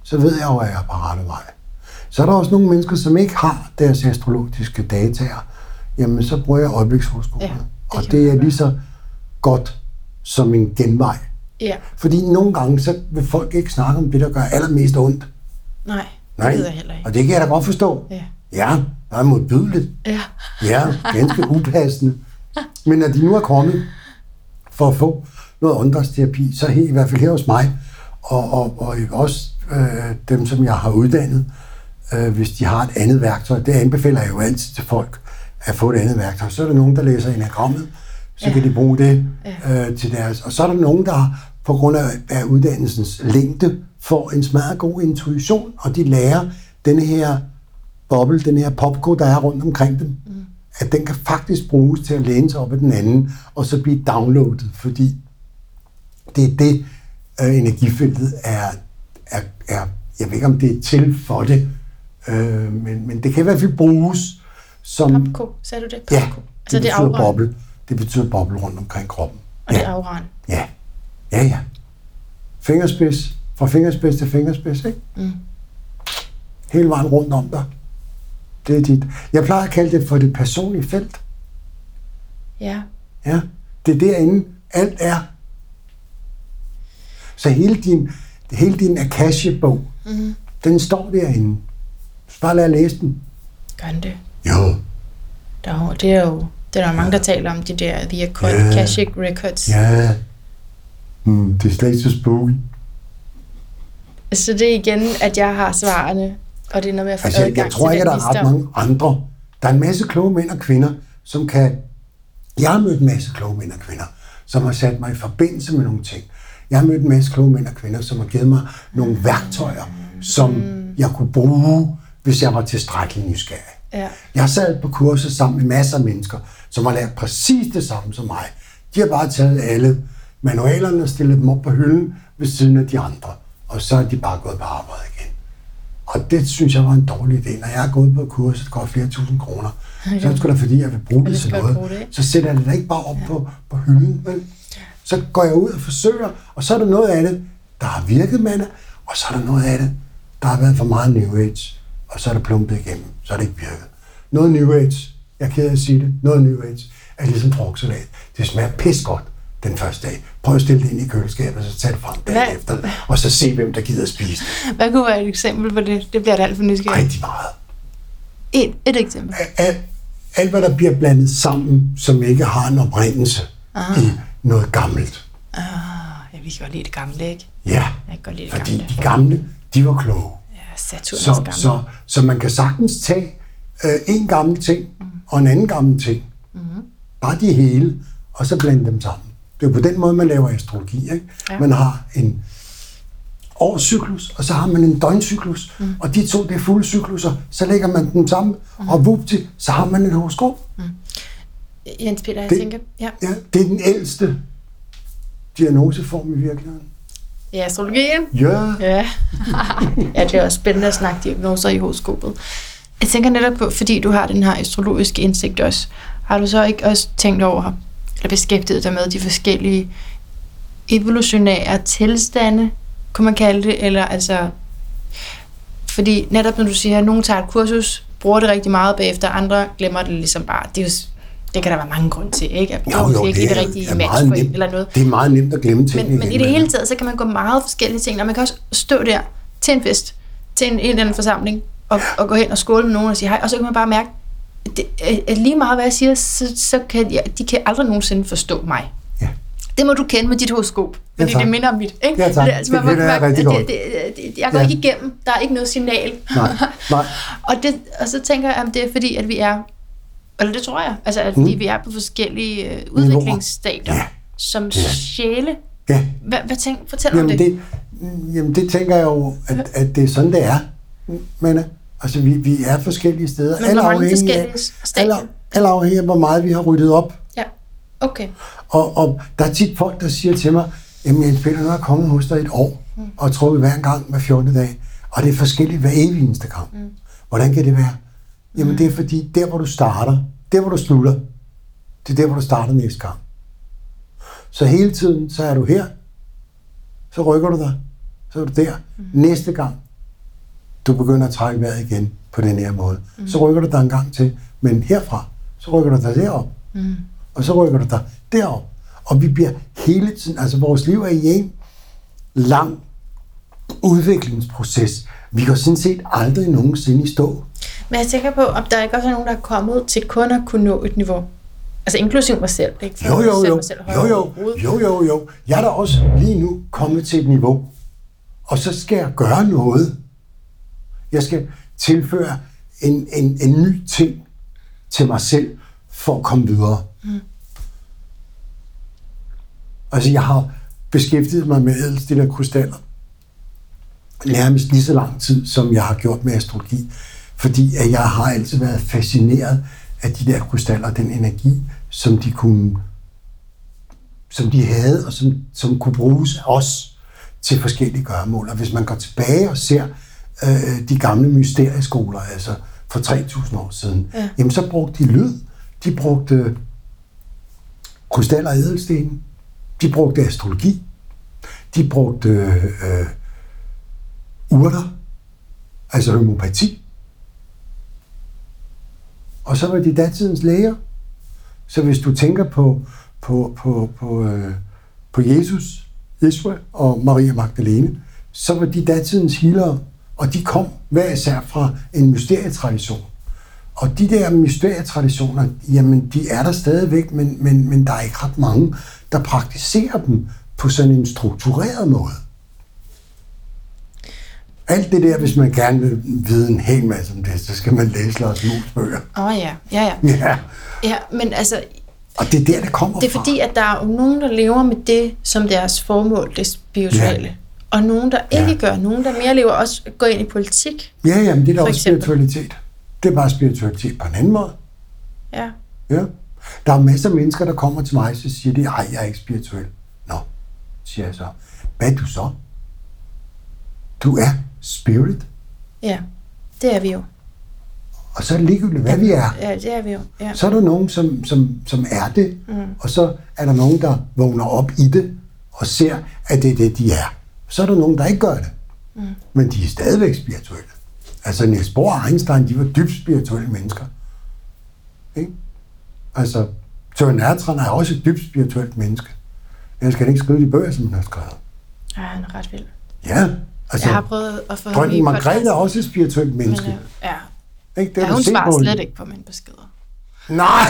så ved jeg jo, at jeg er på rette vej. Så er der også nogle mennesker, som ikke har deres astrologiske dataer. Jamen, så bruger jeg øjeblikshoroskopet. Ja, og det er lige så godt som en genvej. Ja. Fordi nogle gange, så vil folk ikke snakke om det, der gør allermest ondt. Nej, det ved jeg heller ikke. Og det kan jeg da godt forstå. Ja. Ja, det er modbydeligt. Ja. Ja, ganske upassende. Men når de nu er kommet for at få noget åndedrætsterapi, så i hvert fald her hos mig, og også dem, som jeg har uddannet, hvis de har et andet værktøj, det anbefaler jeg jo altid til folk, at få et andet værktøj. Så er der nogen, der læser enagrammet, så kan de bruge det til deres. Og så er der nogen, der på grund af uddannelsens længde får en smadret god intuition, og de lærer denne her boble, den her popko, der er rundt omkring dem, at den kan faktisk bruges til at læne sig op af den anden, og så blive downloadet, fordi det er det, energifeltet er, jeg ved ikke, om det er til for det, men det kan i hvert fald bruges som... Popko, sagde du det? Popko. Ja, altså, det betyder boble. Det betyder boble rundt omkring kroppen. Og det er auraen. Ja. Fingerspids, fra fingerspids til fingerspids, ikke? Hele vejen rundt om dig. Det er dit. Jeg plejer at kalde det for det personlige felt. Ja. Ja, det er derinde, alt er. Så hele din Akasha-bog, den står derinde. Bare lad at læse den. Gør den det? Jo. Det er der mange, der taler om de der The Akashic Records. Ja. Det er slet ikke så spooky. Så det er igen, at jeg har svarene, og det er noget med at få adgang til. Jeg tror ikke, at der er ret mange andre. Der er en masse kloge mænd og kvinder, som kan... Jeg har mødt en masse kloge mænd og kvinder, som har sat mig i forbindelse med nogle ting. Jeg har mødt en masse kloge mænd og kvinder, som har givet mig nogle værktøjer, som jeg kunne bruge, hvis jeg var tilstrækkelig nysgerrig. Ja. Jeg sad på kurser sammen med masser af mennesker, som har lært præcis det samme som mig. De har bare taget alle manualerne og stillet dem op på hylden ved siden af de andre. Og så er de bare gået på arbejde igen. Og det synes jeg var en dårlig idé. Når jeg er gået på kurset, det går flere tusind kroner, så er det sgu da fordi, jeg vil bruge det til noget. Så sætter jeg det da ikke bare op på hylden. Vel? Så går jeg ud og forsøger, og så er der noget af det, der har virket med det, og så er der noget af det, der har været for meget New Age, og så er det plumpet igennem, så er det ikke virket. Noget New Age, jeg er ked af at sige det, noget New Age er ligesom frugtsalat. Det smager pis godt den første dag. Prøv at stille det ind i køleskabet, og så tage det frem dagen efter, og så se, hvem der gider at spise det. Hvad kunne være et eksempel på det? Det bliver da alt for nysgerrig. Rigtig meget. Et eksempel. Alt, hvad der bliver blandet sammen, som ikke har en oprindelse i noget gammelt. Jeg vil godt lide det gamle, ikke? Ja, jeg kan godt lide det fordi gamle. De gamle, de var kloge. Ja, Saturnus gamle. Så man kan sagtens tage en gammel ting og en anden gammel ting. Bare de hele, og så blande dem sammen. Det er på den måde, man laver astrologi, ikke? Ja. Man har en årscyklus, og så har man en døgncyklus, og de to, det er fulde cykluser, så lægger man dem sammen, og vupti, så har man et horoskop. Jens Peter, jeg tænker... Ja, det er den ældste diagnoseform i virkeligheden. Ja, astrologien? Ja. Ja, det er også spændende at snakke diagnoser i horoskopet. Jeg tænker netop på, fordi du har den her astrologiske indsigt også, har du så ikke også tænkt over, eller beskæftiget dig med de forskellige evolutionære tilstande, kunne man kalde det, eller altså, fordi netop når du siger, at nogen tager et kursus, bruger det rigtig meget bagefter, andre glemmer det ligesom bare, det kan der være mange grunde til, ikke? At jo, ikke det rigtige match for en, eller noget. Det er meget nemt at glemme ting. Men i det hele taget, så kan man gå meget forskellige ting, og man kan også stå der til en fest, til en eller anden forsamling, og gå hen og skåle med nogen og sige hej, og så kan man bare mærke, at lige meget hvad jeg siger, så kan de kan aldrig nogensinde forstå mig. Ja. Det må du kende med dit horoskop, fordi det minder om mit. Ikke? Ja, tak. Det rigtig godt. Jeg går ikke igennem, der er ikke noget signal. Nej. og så tænker jeg, at det er fordi, at vi er, eller det tror jeg, altså at vi er på forskellige udviklingsstadier, som sjæle. Ja. Fortæl om det. Jamen det tænker jeg jo, at det er sådan, det er. Men altså, vi er forskellige steder. Men alle afhængige alle afhængig af, hvor meget vi har ryddet op. Ja, okay. Og der er tit folk, der siger til mig, jamen Jens Peter, nu er jeg kommet hos dig et år, og trukket hver gang hver 14. dag. Og det er forskelligt hver evig eneste gang. Hvordan kan det være? Jamen det er fordi, der hvor du starter, der hvor du slutter, det er der hvor du starter næste gang. Så hele tiden, så er du her, så rykker du dig, så er du der. Næste gang, du begynder at trække vejret igen på den her måde. Så rykker du dig en gang til, men herfra, så rykker du dig derop. Og så rykker du dig derop. Og vi bliver hele tiden, altså vores liv er i en lang udviklingsproces. Vi kan sådan set aldrig nogensinde i stå. Men jeg tænker på, om der ikke også er nogen, der er kommet til kun at kunne nå et niveau. Altså inklusiv mig selv, ikke? Jo. Jeg er da også lige nu kommet til et niveau. Og så skal jeg gøre noget. Jeg skal tilføre en ny ting til mig selv, for at komme videre. Altså, jeg har beskæftiget mig med ædelsten og krystaller nærmest lige så lang tid, som jeg har gjort med astrologi. Fordi at jeg har altid været fascineret af de der krystaller, den energi, som de havde, og som kunne bruges af os til forskellige gøremål. Og hvis man går tilbage og ser de gamle mysterieskoler, altså for 3.000 år siden, jamen så brugte de lyd, de brugte krystaller og ædelsten, de brugte astrologi, de brugte urter, altså homøopati, og så var de datidens læger. Så hvis du tænker på Jesus, Yeshua og Maria Magdalene, så var de datidens healere, og de kom hver især fra en mysterietradition. Og de der mysterietraditioner, jamen de er der stadigvæk, men der er ikke ret mange, der praktiserer dem på sådan en struktureret måde. Alt det der, hvis man gerne vil vide en hel masse om det, så skal man læse Lars Muhls bøger. Ja, men altså... Og det er der, kommer fra. Det er fordi, at der er nogen, der lever med det som deres formål, det spirituelle. Ja. Og nogen, der ikke gør. Nogen, der mere lever også går ind i politik. Ja, men det er da også spiritualitet. Det er bare spiritualitet på en anden måde. Ja. Der er masser af mennesker, der kommer til mig, så siger de, ej, jeg er ikke spirituel. Nå, siger jeg så. Hvad er du så? Du er spirit. Ja, det er vi jo. Og så er det ligegyldigt, hvad vi er. Ja, det er vi jo. Ja. Så er der nogen, som er det, og så er der nogen, der vågner op i det, og ser, at det er det, de er. Så er der nogen, der ikke gør det. Men de er stadigvæk spirituelle. Altså Niels Bohr og Einstein, de var dybt spirituelle mennesker. Ikke? Altså, Søren Ertran er også et dybt spirituelt menneske. Jeg skal ikke skrive de bøger, som han har skrevet. Ja, han er ret vild. Ja, altså, jeg har prøvet at få Dronning Margrethe er også et spirituelt menneske. Men, ikke? Det hun svarer slet ikke på mine beskeder. Nej!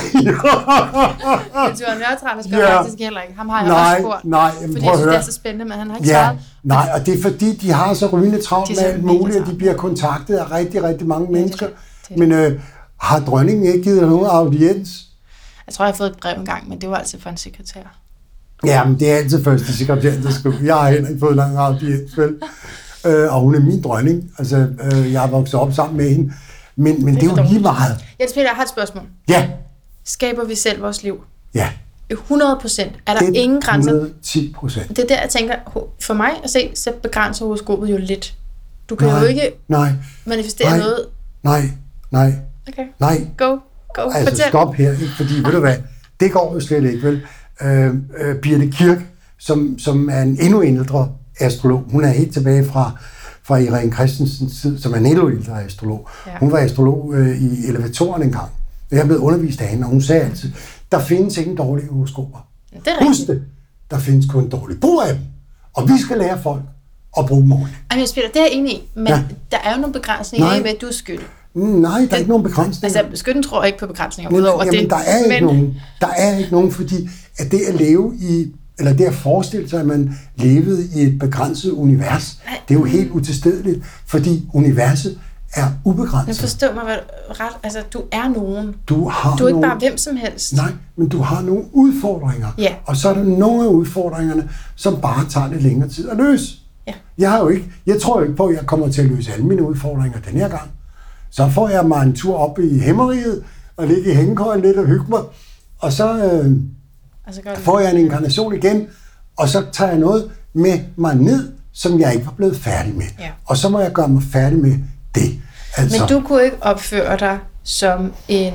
Søren Ertran skal faktisk heller ikke. Ham har jeg også spurgt. Nej, fordi jeg synes, det er så spændende, men han har ikke svaret. Nej, og det er fordi, de har så rygende travlt med alt muligt, og de bliver kontaktet af rigtig, rigtig mange mennesker. Men har dronningen ikke givet nogen audiens? Jeg tror, jeg har fået et brev engang, men det var altid for en sekretær. Ja, men det er altid første sekretær, der skriver. Jeg har heller ikke fået nogen audiens, vel? Og hun er min dronning. Altså, jeg har vokset op sammen med hende. Men det er jo lige meget. Jens Peter, jeg har et spørgsmål. Ja. Skaber vi selv vores liv? Ja. 100%. Er der ingen grænser? 110%. Det er der, jeg tænker, for mig at se, så begrænser horoskopet jo lidt. Du kan jo ikke manifestere noget. Nej. Okay. Nej. Go. Altså, fortæl. Stop her, ikke? Fordi, ved du hvad, det går jo slet ikke, vel? Birte Kirk, som er en endnu ældre astrolog, hun er helt tilbage fra Irene Christensens tid, som er en endnu ældre astrolog. Ja. Hun var astrolog i elevatoren engang. Jeg er blevet undervist af hende, og hun sagde altid, der findes ingen dårlige horoskoper. Husk det, der findes kun en dårlig brug af dem. Og vi skal lære folk at bruge dem ordentligt. Jens Peter, det er jeg enig i, men der er jo nogle begrænsninger i, hvad du er skytte. Nej, der er ikke nogen begrænsninger. Altså, skytten tror ikke på begrænsninger udover det. Der er ikke nogen, fordi at det at leve i, eller det at forestille sig, at man levede i et begrænset univers, det er jo helt utilstedeligt, fordi universet er ubegrænset. Men forstå mig ret, altså du er nogen. Du er ikke bare hvem som helst. Nej, men du har nogle udfordringer. Ja. Og så er der nogle af udfordringerne, som bare tager lidt længere tid at løse. Ja. Jeg tror jo ikke på, at jeg kommer til at løse alle mine udfordringer den her gang. Så får jeg mig en tur op i Himmeriget, og ligge i hængekøjen lidt og hygge mig, og så får jeg en inkarnation igen, og så tager jeg noget med mig ned, som jeg ikke var blevet færdig med. Ja. Og så må jeg gøre mig færdig med det. Altså, men du kunne ikke opføre dig som en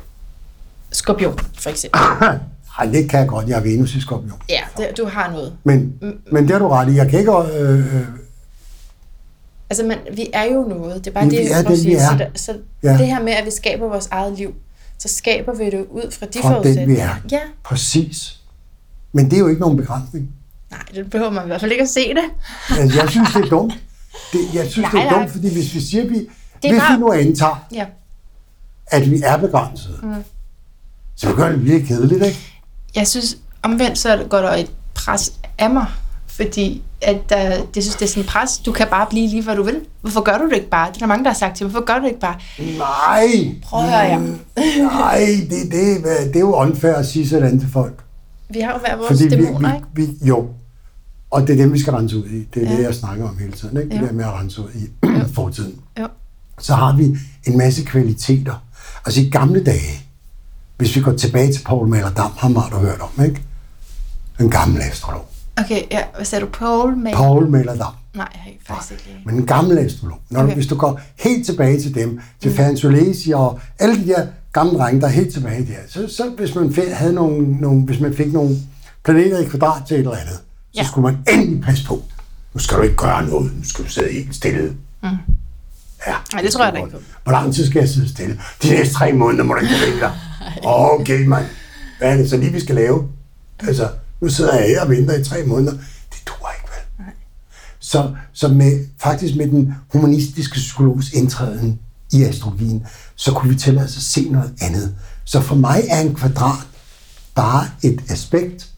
skorpion, for eksempel? Nej, det kan jeg godt. Jeg er Venus i skorpion. Ja, du har noget. Men det har du ret i. Jeg kan ikke Altså, vi er jo noget. Det er bare vi det, er man den, vi siger. er. Så Ja. det her med, at vi skaber vores eget liv, så skaber vi det ud fra de Fra den, vi forudsætninger. er. Ja. Præcis. Men det er jo ikke nogen begrænsning. Nej, det behøver man i hvert fald ikke at se det. Altså, jeg synes, det er dumt. Jeg synes, det er Nej. dumt, fordi hvis vi siger, hvis bare- vi nu antager, Ja. at vi er begrænsede, så gør det virkelig kedeligt, ikke? Jeg synes, omvendt så går der et pres af mig, fordi det synes, det er sådan et pres. Du kan bare blive lige, hvad du vil. Hvorfor gør du det ikke bare? Det er der mange, der har sagt til mig. Hvorfor gør du det ikke bare? Nej. Prøv at høre jer. Nej, det er jo unfair at sige sådan til folk. Vi har jo hver vores Fordi dæmoner, ikke? jo, og det er dem, vi skal rense ud i. Det er Ja. det, jeg snakker om hele tiden, ikke? Det Jo. der med at rense ud i fortiden. Jo. Så har vi en masse kvaliteter. Altså i gamle dage, hvis vi går tilbage til Poul Mæhlerdam, ham har du hørt om, ikke? En gammel astrolog. Okay, ja. Hvad sagde du? Poul? Poul Mæhlerdam. Nej, jeg har faktisk ikke. Men en gammel astrolog. Okay. Hvis du går helt tilbage til dem, til Fansolesi og alle de der gamle drenge, der er helt tilbage der, så hvis man hvis man fik nogle planeter i kvadrat til et eller andet, så skulle man endelig passe på. Nu skal du ikke gøre noget, nu skal du sidde helt stille. Ja, Nej, det tror jeg da ikke på. Hvor lang tid skal jeg sidde stille? De næste 3 måneder må du ikke bevæge dig. Okay, mand. Hvad er det så lige, vi skal lave? Altså, nu sidder jeg her og venter i 3 måneder. Det duer ikke, vel? Nej. Så faktisk med den humanistiske psykologs indtræden i astrologien, så kunne vi tillade os at se noget andet. Så for mig er en kvadrat bare et aspekt,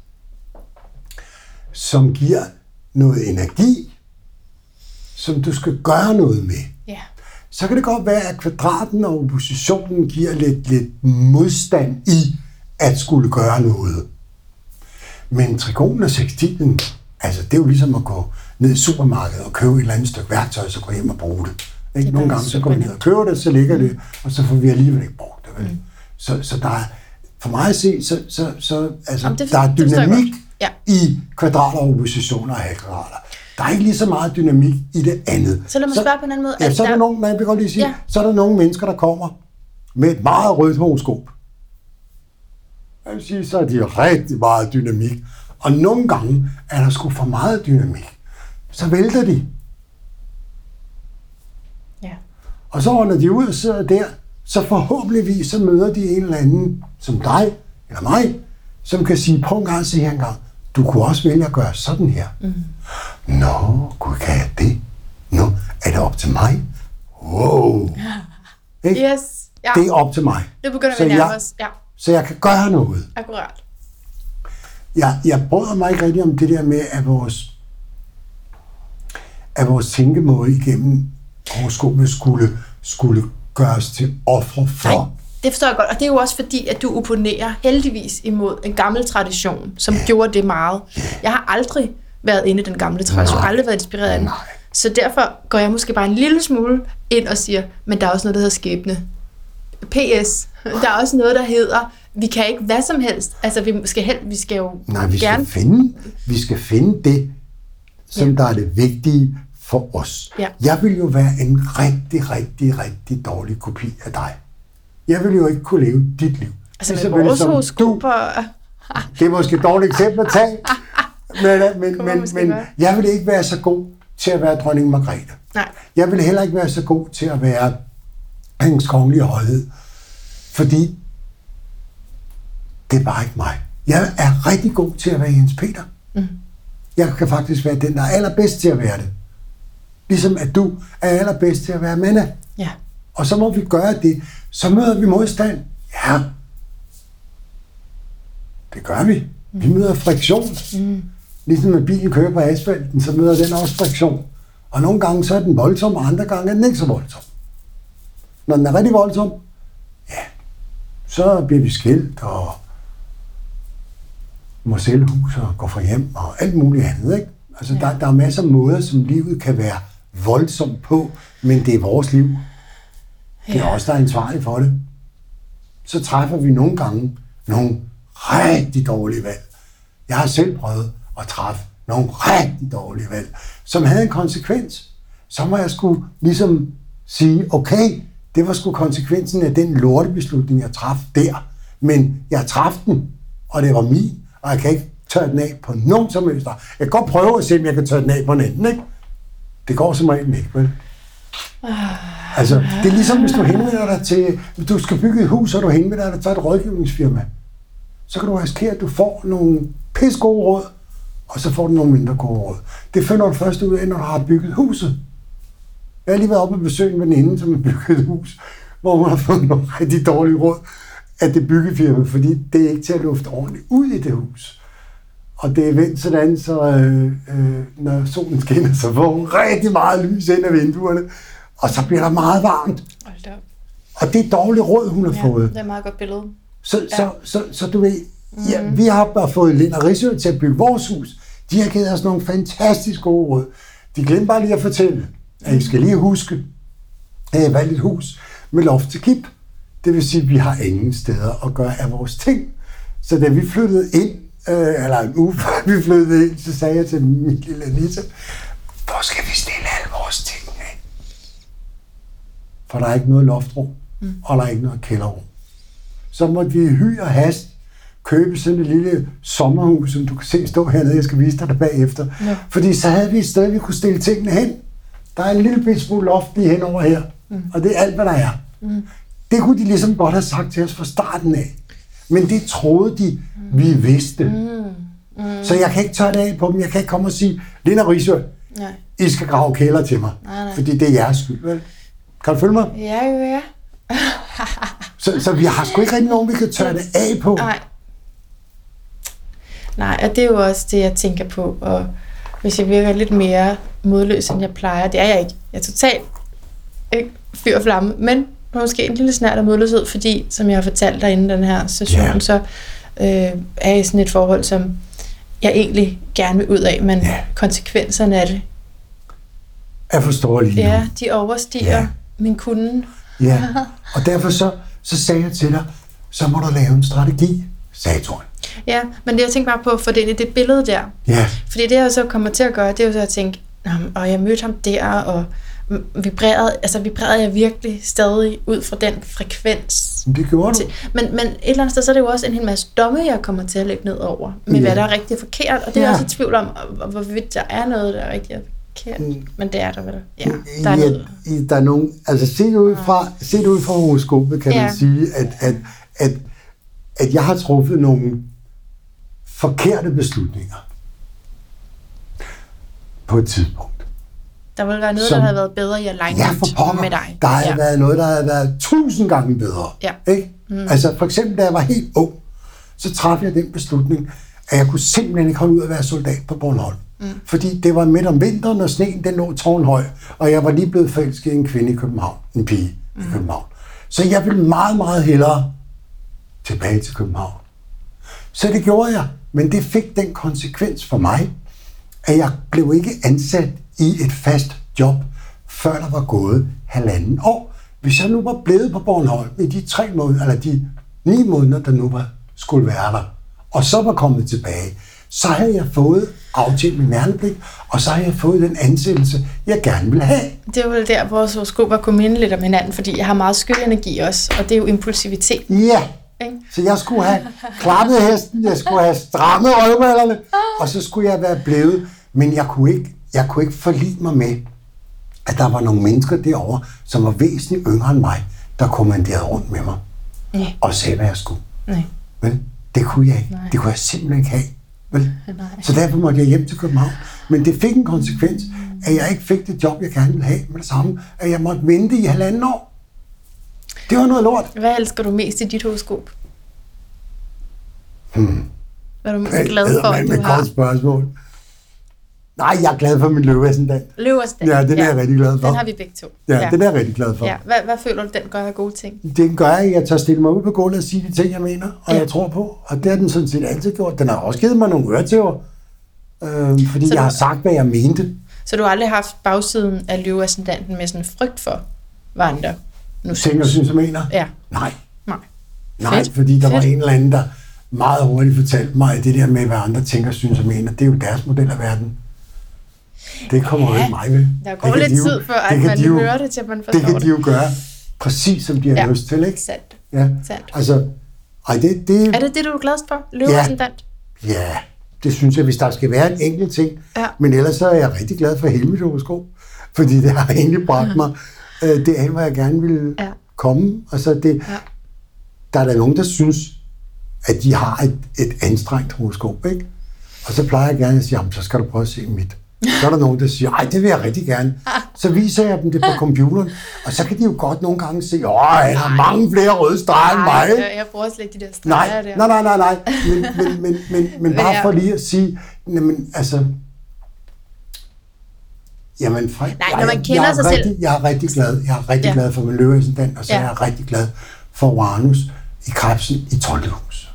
som giver noget energi, som du skal gøre noget med. Ja. Så kan det godt være, at kvadraten og oppositionen giver lidt modstand i at skulle gøre noget. Men trigonen og sekstilen, altså det er jo ligesom at gå ned i supermarkedet og købe et eller andet stykke værktøj, så gå hjem og bruge det. Ikke? Nogle gange så går vi ned og køber det, så ligger det, og så får vi alligevel ikke brugt det. Vel? Så der er, for mig at se, der er dynamik i kvadrater og oppositioner og halvkvadrater. Der er ikke lige så meget dynamik i det andet. Så lad mig spørge på en anden måde. Ja, så er der nogen, man vil godt lige sige, så er der nogle mennesker, der kommer med et meget rødt horoskop. Jeg vil sige, så er de rigtig meget dynamik. Og nogle gange er der sgu for meget dynamik. Så vælter de. Ja. Og så når de ud og sidder der, så forhåbentligvis så møder de en eller anden, som dig eller mig, som kan sige, på en gang, se her en gang, du kunne også vælge at gøre sådan her. Nå, gud, kan jeg det? Nå, er det op til mig? Wow. Ikke? Yes. Ja. Det er op til mig. Nu begynder vi nærmere os. Ja. Så jeg kan gøre noget. Akkurat. Jeg bryder mig ikke rigtig om det der med, at vores tænkemåde igennem horoskopet skulle gøres til offer for. Nej, det forstår jeg godt. Og det er jo også fordi, at du opponerer heldigvis imod en gammel tradition, som gjorde det meget. Jeg har aldrig været inde i den gamle tradition. Jeg har aldrig været inspireret af den. Så derfor går jeg måske bare en lille smule ind og siger, men der er også noget, der hedder skæbne. PS. Der er også noget, der hedder, vi kan ikke hvad som helst. Altså, vi skal jo gerne... Vi skal finde det, som der er det vigtige for os. Ja. Jeg vil jo være en rigtig, rigtig, rigtig dårlig kopi af dig. Jeg vil jo ikke kunne leve dit liv. Altså, med vores horoskoper... Det er måske et dårligt eksempel at tage. Men jeg vil ikke være så god til at være dronning Margrethe. Nej. Jeg vil heller ikke være så god til at være hendes kongelige højhed. Fordi det er bare ikke mig. Jeg er rigtig god til at være Jens Peter. Jeg kan faktisk være den, der er allerbedst til at være det. Ligesom at du er allerbedst til at være Manna. Ja. Og så må vi gøre det. Så møder vi modstand. Ja. Det gør vi. Vi møder friktion. Ligesom at bilen kører på asfalten, så møder den også friktion. Og nogle gange så er den voldsom, og andre gange er den ikke så voldsom. Når den er rigtig voldsom, ja, så bliver vi skilt og må sælge hus og gå fra hjem og alt muligt andet. Ikke? Altså, der er masser af måder, som livet kan være voldsomt på, men det er vores liv. Det er os, der er ansvarlige for det. Så træffer vi nogle gange nogle rigtig dårlige valg. Jeg har selv prøvet at træffe nogle rigtig dårlige valg, som havde en konsekvens. Så må jeg skulle ligesom sige, okay, det var sgu konsekvensen af den lortebeslutning, jeg traf der. Men jeg traf den, og det var min, og jeg kan ikke tørre den af på nogen som helst. Jeg kan godt prøve at se, om jeg kan tørre den af på en anden, ikke? Det går som regel ikke, vel? Altså, det er ligesom, hvis du henvender dig til... Hvis du skal bygge et hus, og du henvender dig til et rådgivningsfirma, så kan du risikere, at du får nogle pis gode råd, og så får du nogle mindre gode råd. Det finder du først ud af, når du har bygget huset. Jeg har lige været oppe og besøgt en veninde, som har bygget et hus, hvor hun har fået nogle rigtig dårlige råd af det byggefirma, fordi det er ikke til at lufte ordentligt ud i det hus. Og det er vendt sådan, så når solen skinner, så får hun rigtig meget lys ind af vinduerne, og så bliver der meget varmt. Og det er dårligt råd, hun har fået. Det er et meget godt billede. Så du ved, ja, vi har bare fået Lind og Risø til at bygge vores hus. De har givet os nogle fantastisk gode råd. De glemte bare lige at fortælle, at I skal lige huske, at jeg valgte et hus med loft til kip. Det vil sige, at vi har ingen steder at gøre af vores ting. Så da vi flyttede ind, eller en uge før vi flyttede ind, så sagde jeg til min lille Anita, hvor skal vi stille alle vores ting af? For der er ikke noget loftrum, og der er ikke noget kælderrum. Så måtte vi hy og hast købe sådan et lille sommerhus, som du kan se stå hernede, jeg skal vise dig det bagefter. Ja. Fordi så havde vi et sted, vi kunne stille tingene hen. Der er en lille bit smule loft lige henover her, og det er alt, hvad der er. Det kunne de ligesom godt have sagt til os fra starten af. Men det troede de, vi vidste. Så jeg kan ikke tørre det af på dem. Jeg kan ikke komme og sige, Lind og Risø, I skal grave kælder til mig. Nej. Fordi det er jeres skyld, vel? Kan du følge mig? Ja. Så vi har sgu ikke rigtig nogen, vi kan tørre det af på. Nej, og det er jo også det, jeg tænker på. Og hvis jeg virker lidt mere modløs, end jeg plejer, det er jeg ikke. Jeg er totalt ikke fyr og flamme, men måske en lille snert af modløshed, fordi, som jeg har fortalt dig inden den her session, så er jeg i sådan et forhold, som jeg egentlig gerne vil ud af, men konsekvenserne af det er for store lige nu. Ja, de overstiger min kunde. Ja, og derfor så sagde jeg til dig, så må du lave en strategi, sagde Toren. Ja, men det jeg tænker bare på, for det er det billede der. Ja. Fordi det jeg så kommer til at gøre, det er jo så at tænke, og jeg mødte ham der, og vibrerede jeg virkelig stadig ud fra den frekvens. Det gjorde du. Men et eller andet sted, så er det jo også en hel masse domme, jeg kommer til at lægge ned over, med hvad der er rigtig forkert, og det er også et tvivl om, hvorvidt der er noget, der er rigtig forkert. Men det er der vel. Ja, der er noget. Der er nogen, altså set ud fra horoskopet, kan man sige, at jeg har truffet nogle forkerte beslutninger på et tidspunkt. Der ville være noget, der havde været bedre i alignment med dig. Der har været noget, der havde været 1000 gange bedre. Ja. Ikke? Altså for eksempel, da jeg var helt ung, så traf jeg den beslutning, at jeg kunne simpelthen ikke holde ud at være soldat på Bornholm. Fordi det var midt om vinteren, og sneen den lå tårnhøj, og jeg var lige blevet forelsket i en kvinde i København, en pige i København. Så jeg ville meget, meget hellere tilbage til København. Så det gjorde jeg, men det fik den konsekvens for mig, at jeg blev ikke ansat i et fast job, før der var gået 1,5 år. Hvis jeg nu var blevet på Bornholm i de 3 måneder, eller de 9 måneder, der nu skulle være der, og så var kommet tilbage, så havde jeg fået aftalt min værnepligt, og så havde jeg fået den ansættelse, jeg gerne ville have. Det er jo der, vores horoskoper kunne minde lidt om hinanden, fordi jeg har meget skyenergi også, og det er jo impulsivitet. Ja, så jeg skulle have klappet hesten, jeg skulle have strammet røvballerne, og så skulle jeg være blevet, men jeg kunne ikke forlige mig med, at der var nogle mennesker derovre, som var væsentligt yngre end mig, der kommanderede rundt med mig, og sagde, hvad jeg skulle. Men det kunne jeg ikke. Det kunne jeg simpelthen ikke have. Vel? Så derfor måtte jeg hjem til København. Men det fik en konsekvens, at jeg ikke fik det job, jeg gerne ville have med det samme, at jeg måtte vente i 1,5 år. Det var noget lort. Hvad elsker du mest i dit horoskop? Hvad er du mest glad for, at du har? Kort spørgsmål. Nej, jeg er glad for min løveascendant. Løveascendant? Ja, den er jeg rigtig glad for. Den har vi begge to. Ja, den er jeg rigtig glad for. Ja. Hvad føler du, den gør af gode ting? Den gør, at jeg tør stille mig ud på gulvet og sige de ting, jeg mener, og jeg tror på. Og det har den sådan set altid gjort. Den har også givet mig nogle øretæver, fordi jeg har sagt, hvad jeg mente. Så du har aldrig haft bagsiden af løveascendanten med sådan en frygt for, hvad andre nu tænker, synes jeg mener? Ja. Nej, Fedt. fordi der var en eller anden, der meget hurtigt fortalte mig, at det der med, hvad andre tænker, synes jeg mener, det er jo deres model af verden. Det kommer jo ikke mig ved. Der går lidt tid før, at man hører det, til man forstår det. Det kan de jo gøre præcis, som de har lyst til, ikke? Sandt. Ja. Altså, er det det, du er gladest for? Løveascendant? Ja, det synes jeg, hvis der skal være en enkelt ting. Ja. Men ellers så er jeg rigtig glad for hele mit horoskop. Fordi det har egentlig bragt mig det af, hvor jeg gerne ville komme. Altså der er der nogen, der synes, at de har et anstrengt horoskop, ikke? Og så plejer jeg gerne at sige, jamen, så skal du prøve at se mit. Så er der nogen, der siger, ej, det vil jeg rigtig gerne. Så viser jeg dem det på computeren, og så kan de jo godt nogle gange se, han har mange flere røde streger end mig. Jeg bruger slet ikke de der streger der. Nej. Men bare for lige at sige, altså... Jamen, når man kender sig selv... Jeg er rigtig glad for min løveascendant, og så er jeg rigtig glad for Uranus i Krebsen i 12. hus.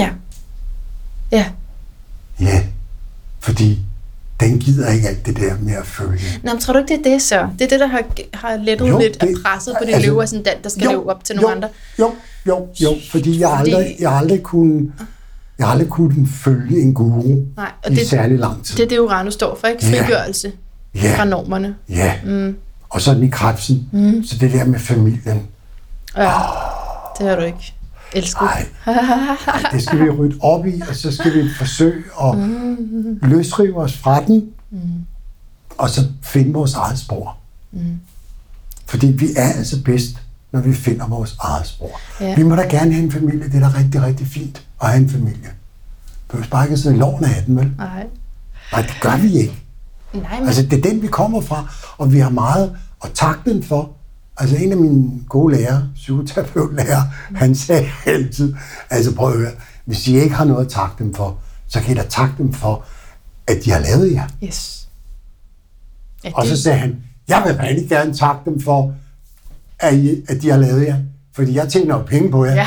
Ja, fordi den gider ikke alt det der med at følge. Nå, men tror du ikke, det er det så? Det er det, der har lettet lidt af presset på din løveascendant, der skal leve op til nogle andre? Jo, fordi jeg har aldrig kunnet følge en guru i særlig lang tid. Det er det, Uranus står for, ikke? Frigørelse fra normerne. Ja, og så den i Krebsen. Så det der med familien. Ja, det har du ikke elsket. Nej, det skal vi rydde op i, og så skal vi forsøge at løsrive os fra den, og så finde vores eget spor. Fordi vi er altså bedst, når vi finder vores eget spor. Ja. Vi må da gerne have en familie, det er da rigtig, rigtig fint at have en familie. Du kan bare ikke sidde i loven af den, vel? Nej, det gør vi ikke. Nej, men... Altså, det er den, vi kommer fra, og vi har meget at takke den for. Altså, en af mine gode lærere, psykoterapeutlærer, han sagde altid, altså prøv at høre, hvis I ikke har noget at takke dem for, så kan I da takke dem for, at de har lavet jer. Yes. Og så sagde han, jeg vil rigtig gerne takke dem for, at de har lavet jer, fordi jeg tjener jo penge på jer. Ja.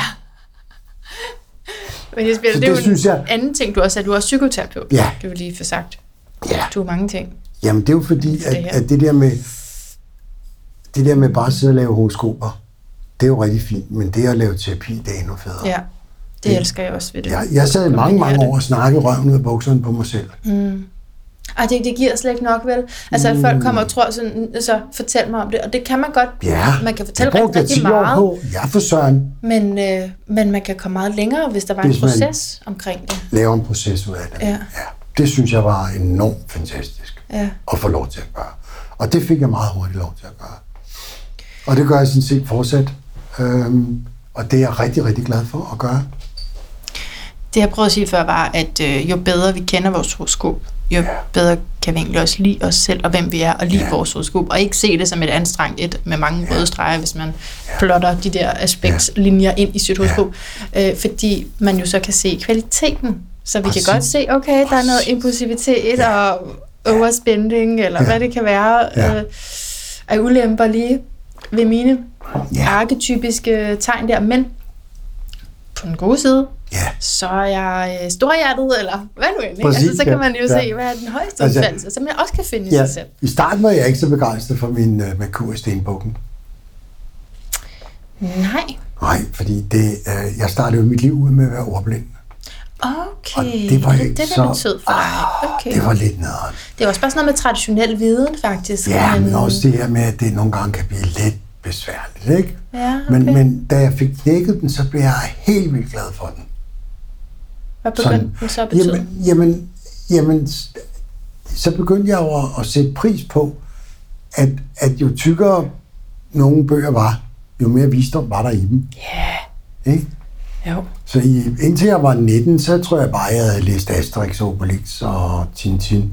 Men det er jo en anden ting, du også sagde, du er også psykoterapeut. Ja. Det vil lige få sagt. Ja. Du har mange ting. Jamen, det er jo fordi, at det der med bare at sidde og lave horoskoper, det er jo rigtig fint, men det at lave terapi, det er endnu federe. Ja, det elsker jeg også ved det. Jeg sad mange år og snakkede røven ud af bukserne på mig selv. Ej, det giver slet ikke nok, vel? Altså, at folk kommer og tror sådan, så fortæl mig om det, og det kan man godt. Ja, man kan fortælle rigtig meget. På. Ja, for søren. Men man kan komme meget længere, hvis der var en proces omkring det. Lave en proces ud af det. Ja. Det synes jeg var enormt fantastisk at få lov til at gøre. Og det fik jeg meget hurtigt lov til at gøre. Og det gør jeg sådan set fortsat. Og det er jeg rigtig, rigtig glad for at gøre. Det jeg prøvede at sige før var, at jo bedre vi kender vores horoskop, jo bedre kan vi egentlig også lide os selv og hvem vi er, og lide vores horoskop, og ikke se det som et anstrengt et med mange røde streger, hvis man plotter de der aspektlinjer ind i sit horoskop, fordi man jo så kan se kvaliteten, så vi kan godt se, okay, der er noget impulsivitet og overspending, eller hvad det kan være, af ulemper lige ved mine arketypiske tegn der, men på den gode side, så er jeg storhjertet, eller hvad nu end. Altså, så kan man jo se, hvad er den højeste udfaldelse, som jeg også kan finde i sig selv. I starten var jeg ikke så begejstret for min Merkur i stenbukken. Nej, fordi jeg startede jo mit liv ud med at være ordblind. Okay, og det var ikke det betød for dig. Okay. Det var lidt nederen. Det var også bare sådan noget med traditionel viden, faktisk. Ja, men også det her med, at det nogle gange kan blive lidt besværligt, ikke? Ja, okay. Men da jeg fik knækket den, så blev jeg helt vildt glad for den. Hvad begyndte den så at betyde? Jamen, så begyndte jeg jo at sætte pris på, at jo tykkere nogle bøger var, jo mere visdom var der i dem. Ja. Ikke? Jo. Så indtil jeg var 19, så tror jeg bare, jeg havde læst Asterix, Obelix og Tintin.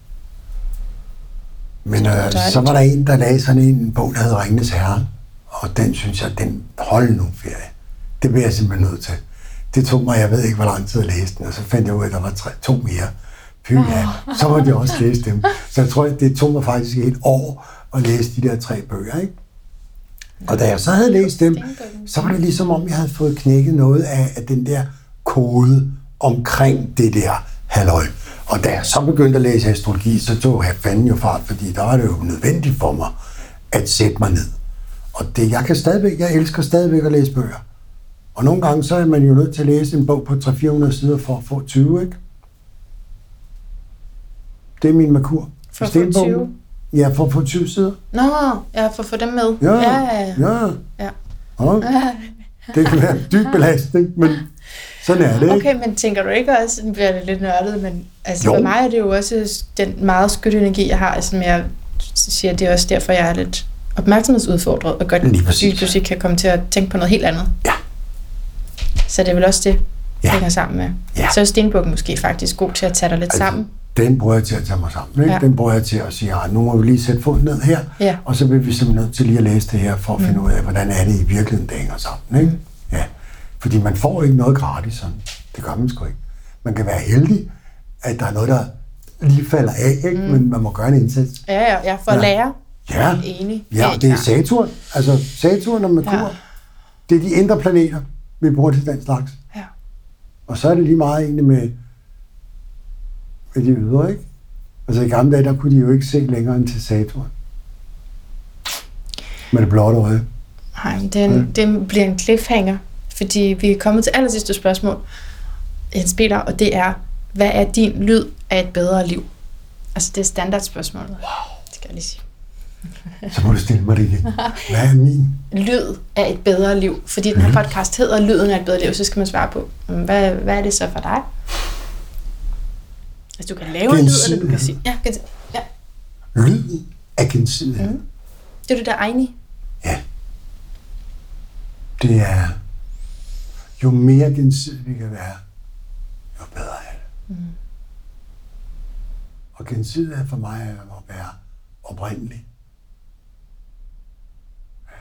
Men så var der en, der lagde sådan en bog, der hed Ringenes Herre. Og den synes jeg, den holdt nu ferie. Det blev jeg simpelthen nødt til. Det tog mig, jeg ved ikke, hvor lang tid at læse den. Og så fandt jeg ud af, at der var 2 mere. Så måtte jeg også læse dem. Så jeg tror, det tog mig faktisk et år at læse de der 3 bøger, ikke? Og da jeg så havde læst dem, så var det ligesom om, jeg havde fået knækket noget af den der kode omkring det der halløj. Og da jeg så begyndte at læse astrologi, så tog jeg fanden jo fart, fordi der var det jo nødvendigt for mig at sætte mig ned. Og jeg elsker stadigvæk at læse bøger. Og nogle gange, så er man jo nødt til at læse en bog på 300-400 sider for at få 20, ikke? Det er min Merkur. For at få 20? Ja, for at få 20 sider. Nå, ja, for at få dem med. Ja. Det kan være en dyb belastning, men sådan er det, ikke? Okay, men tænker du ikke også, nu bliver det lidt nørdet, men altså for mig er det jo også den meget skytte energi, jeg har, som jeg så siger jeg, det er også derfor, jeg er lidt opmærksomhedsudfordret, og godt lige pludselig kan komme til at tænke på noget helt andet. Ja. Så det er vel også det, hænger sammen med. Ja. Så er stenbukken måske faktisk god til at tage dig lidt sammen. Den bruger jeg til at tage mig sammen. Ikke? Ja. Den bruger jeg til at sige, nu må vi lige sætte foden ned her, og så vil vi simpelthen nødt til lige at læse det her, for at finde ud af, hvordan er det i virkeligheden, det hænger sammen. Ikke? Ja. Fordi man får ikke noget gratis sådan. Det gør man sgu ikke. Man kan være heldig, at der er noget, der lige falder af, ikke? Men man må gøre en indsats. Ja, for at lære. Ja, enig. Ja, det er Saturn. Altså Saturn og Merkur, det er de indre planeter, vi bruger til den slags. Ja. Og så er det lige meget egentlig med de ydre, ikke? Altså i gamle dage, der kunne de jo ikke se længere end til Saturn. Med det blotte øje. Nej, det bliver en cliffhanger, fordi vi er kommet til allersidste spørgsmål, Jens Peter, og det er, hvad er din lyd af et bedre liv? Altså det er standardspørgsmålet. Wow. Det skal jeg lige sige. Så må du stille mig det igen. Hvad er min? Lyd af et bedre liv. Fordi den her podcast hedder Lyden af et bedre liv, så skal man svare på, hvad er det så for dig? Altså du kan lave en lyd, eller du kan sige... Ja. Lyden af gensidighed. Det er det der egne. Ja. Det er... Jo mere gensidigt vi kan være, jo bedre er det. Og gensidighed for mig er at være oprindelig. Ja.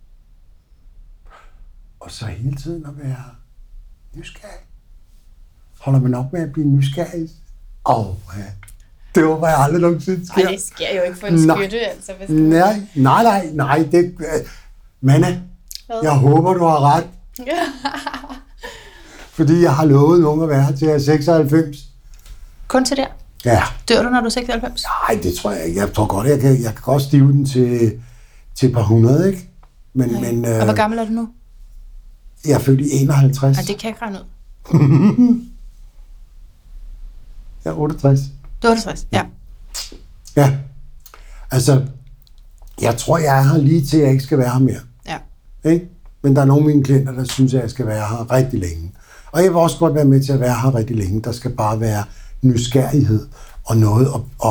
Og så hele tiden at være nysgerrig. Holder man op med at blive nysgerrig? Ja. Det håber jeg aldrig nogensinde sker. Nej, det sker jo ikke for en skytte, altså. Nej. Det, Manna, jeg håber, du har ret. Fordi jeg har lovet nogen at være til at 96. Kun til der? Ja. Dør du, når du er 96? Nej, det tror jeg ikke. Jeg tror godt, jeg kan godt stive den til et par hundrede, ikke? Men, og hvor gammel er du nu? Jeg er født i 51. Nej, det kan jeg ikke regne ud. Jeg er 68. Du er 68, ja. Ja. Altså, jeg tror, jeg er her lige til, at jeg ikke skal være her mere. Ja. Ikke? Men der er nogle af mine klienter, der synes, at jeg skal være her rigtig længe. Og jeg vil også godt være med til at være her rigtig længe. Der skal bare være nysgerrighed og noget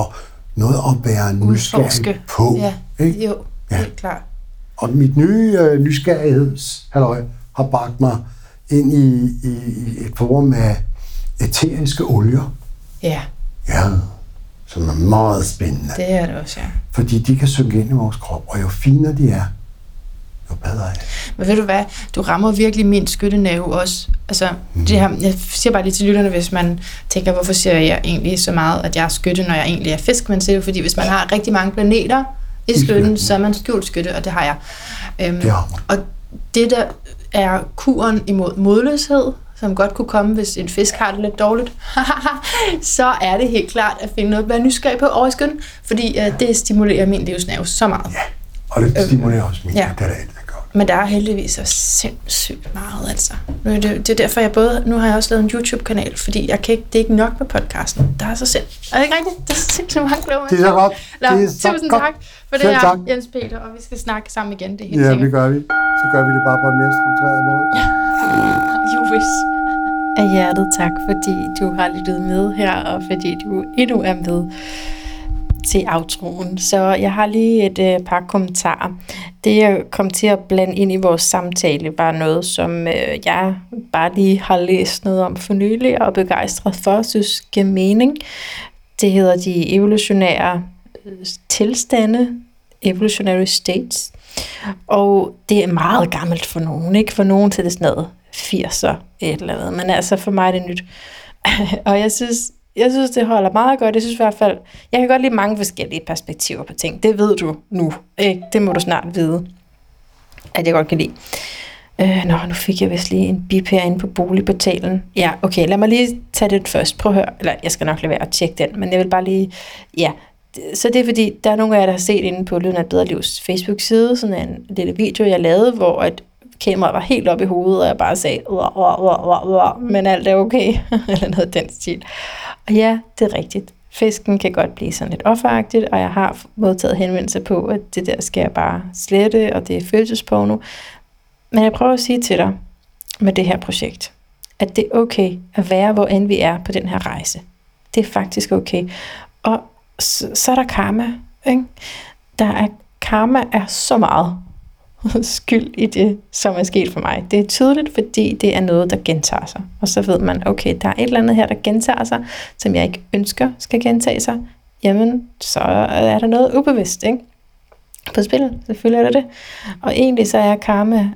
at være nysgerrig på. Ja, ikke? Jo, helt klart. Og mit nye nysgerrighedshalløj har bragt mig ind i et forum af æteriske olier. Ja. Ja, som er meget spændende. Det er det også, ja. Fordi de kan synke ind i vores krop, og jo finere de er, jo bedre er det. Men ved du hvad, du rammer virkelig min skyttenæve også. Altså, det her, jeg siger bare lige til lytterne, hvis man tænker, hvorfor siger jeg egentlig så meget, at jeg er skytte, når jeg egentlig er fisk, men siger det, fordi hvis man har rigtig mange planeter i skytten, så er man skjult skytte, og det har jeg. Og det der er kuren imod modløshed, som godt kunne komme, hvis en fisk har det lidt dårligt, så er det helt klart at finde noget at være nysgerrig på over i skytten, fordi det stimulerer min livsnerve så meget. Ja, og det stimulerer også min. Ja. Det er det godt. Men der er heldigvis så sindssygt meget, altså. Det er derfor, nu har jeg også lavet en YouTube-kanal, fordi det er ikke nok med podcasten. Der er så sindssygt. Er det ikke rigtigt? Der er så sindssygt mange kloge. Det er så godt. Tusind tak for det her, Jens Peter, og vi skal snakke sammen igen, det er helt sikkert. Ja, det gør vi. Så gør vi det bare på en mere struktureret måde. You wish. Af hjertet tak, fordi du har lyttet med her, og fordi du endnu er med til outroen. Så jeg har lige et par kommentarer. Det, jeg kom til at blande ind i vores samtale, var noget, som jeg bare lige har læst noget om for nylig, og begejstret for, synes giver mening. Det hedder de evolutionære tilstande, evolutionary states. Og det er meget gammelt for nogen, ikke? For nogen til det sådan noget 80'er et eller andet, men altså for mig er det nyt. Og jeg synes, det holder meget godt. Jeg synes i hvert fald, jeg kan godt lide mange forskellige perspektiver på ting. Det ved du nu, ikke? Det må du snart vide, at jeg godt kan lide. Nu fik jeg vist lige en bip herinde på boligportalen. Ja, okay, lad mig lige tage den først. Prøv at høre, eller jeg skal nok lade være at tjekke den, men jeg vil bare lige, ja. Så det er fordi, der er nogle af jer, der har set inde på Lyden af et bedre livs Facebook-side, sådan en lille video, jeg lavede, hvor et kameraet var helt op i hovedet, og jeg bare sagde, men alt er okay, eller noget den stil. Og ja, det er rigtigt. Fisken kan godt blive sådan lidt offeragtigt, og jeg har modtaget henvendelse på, at det der skal jeg bare slette, og det er følelsesporno. Men jeg prøver at sige til dig med det her projekt, at det er okay at være, hvor end vi er på den her rejse. Det er faktisk okay. Og så er der karma, ikke? karma er så meget skyld i det, som er sket for mig. Det er tydeligt, fordi det er noget, der gentager sig. Og så ved man, okay, der er et eller andet her, der gentager sig, som jeg ikke ønsker skal gentage sig. Jamen, så er der noget ubevidst, ikke? På spil, selvfølgelig er det. Og egentlig så er karma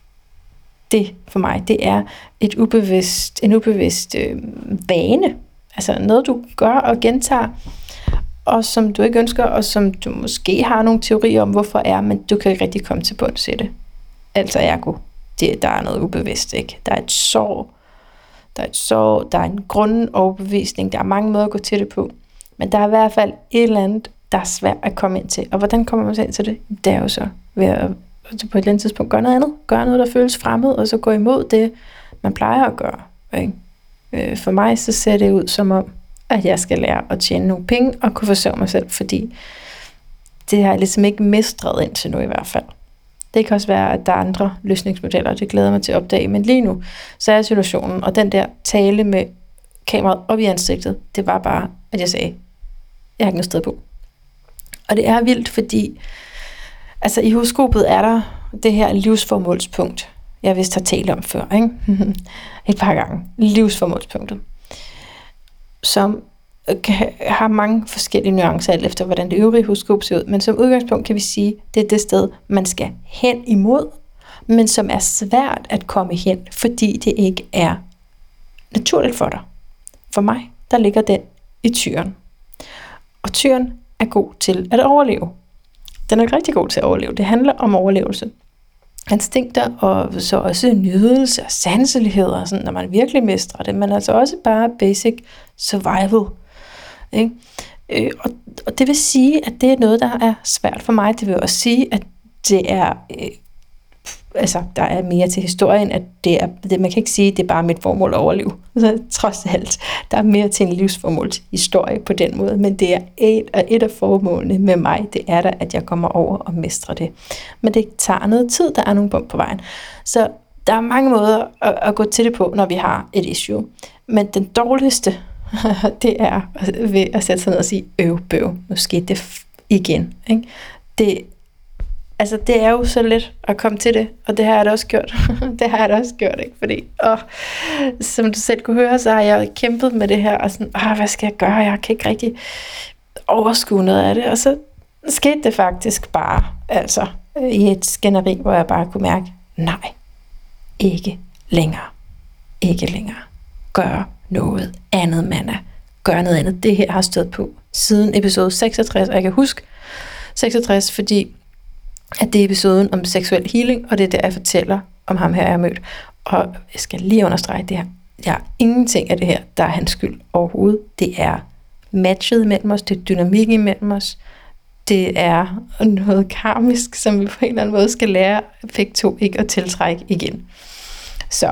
det for mig. Det er en ubevidst vane. Altså noget, du gør og gentager, og som du ikke ønsker, og som du måske har nogle teorier om, hvorfor er, men du kan ikke rigtig komme til bunds i det. Altså ergo, der er noget ubevidst, ikke? Der er et sorg, der er en grundoverbevisning, der er mange måder at gå til det på, men der er i hvert fald et eller andet, der er svært at komme ind til. Og hvordan kommer man ind til det? Det er jo så ved at på et eller andet tidspunkt gøre noget andet. Gøre noget, der føles fremmed, og så gå imod det, man plejer at gøre. Ikke? For mig så ser det ud som om, at jeg skal lære at tjene nogle penge og kunne forsørge mig selv, fordi det har jeg ligesom ikke mestret indtil nu i hvert fald. Det kan også være, at der er andre løsningsmodeller, det glæder mig til at opdage, men lige nu, så er situationen, og den der tale med kameraet op i ansigtet, det var bare, at jeg sagde, jeg har ikke noget sted på. Og det er vildt, fordi altså i horoskopet er der det her livsformålspunkt, jeg vist har talt om før, ikke? Et par gange. Livsformålspunktet. Som har mange forskellige nuancer, alt efter hvordan det øvrige horoskop ser ud. Men som udgangspunkt kan vi sige, det er det sted, man skal hen imod, men som er svært at komme hen, fordi det ikke er naturligt for dig. For mig, der ligger den i Tyren. Og Tyren er god til at overleve. Den er rigtig god til at overleve. Det handler om overlevelse. Instinkter og så også nydelse og sanseligheder, sådan, når man virkelig mestrer det, men altså også bare basic survival. Ikke? Og det vil sige, at det er noget, der er svært for mig. Det vil også sige, at det er, der er mere til historien, at man kan ikke sige, at det er bare mit formål at overleve. Så, trods alt, der er mere til en livsformålshistorie på den måde, men det er et af formålene med mig, det er da, at jeg kommer over og mestrer det. Men det tager noget tid, der er nogle bump på vejen. Så der er mange måder at gå til det på, når vi har et issue. Men den dårligste, det er ved at sætte sig ned og sige, bøv, nu skete det igen. Ikke? Det er jo så let at komme til det, og det har jeg da også gjort. Det har jeg da også gjort, ikke? Fordi, som du selv kunne høre, så har jeg kæmpet med det her, og sådan, hvad skal jeg gøre? Jeg kan ikke rigtig overskue noget af det. Og så skete det faktisk bare, i et skænderi, hvor jeg bare kunne mærke, nej, ikke længere. Ikke længere. Gør noget andet, Manna. Gør noget andet. Det her har stået på siden episode 66, og jeg kan huske 66, fordi at det er episoden om seksuel healing, og det er der, jeg fortæller om ham her, jeg har mødt. Og jeg skal lige understrege det her. Jeg har ingenting af det her, der er hans skyld overhovedet. Det er matchet mellem os, det er dynamikken imellem os. Det er noget karmisk, som vi på en eller anden måde skal lære begge to ikke at tiltrække igen. Så,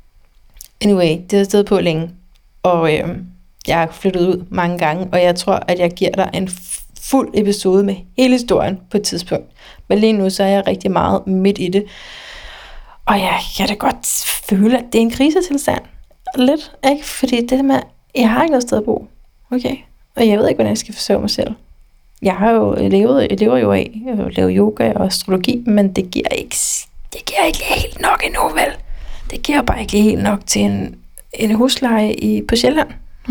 anyway, det har stået på længe, og jeg har flyttet ud mange gange, og jeg tror, at jeg giver dig en fuld episode med hele historien på et tidspunkt. Men lige nu, så er jeg rigtig meget midt i det. Og jeg kan da godt føle, at det er en krisetilstand. Lidt, ikke? Fordi det med, jeg har ikke noget sted at bo. Okay? Og jeg ved ikke, hvordan jeg skal forsørge mig selv. Jeg lever jo af at lave yoga og astrologi, men det giver ikke helt nok endnu, vel? Det giver bare ikke helt nok til en husleje på Sjælland.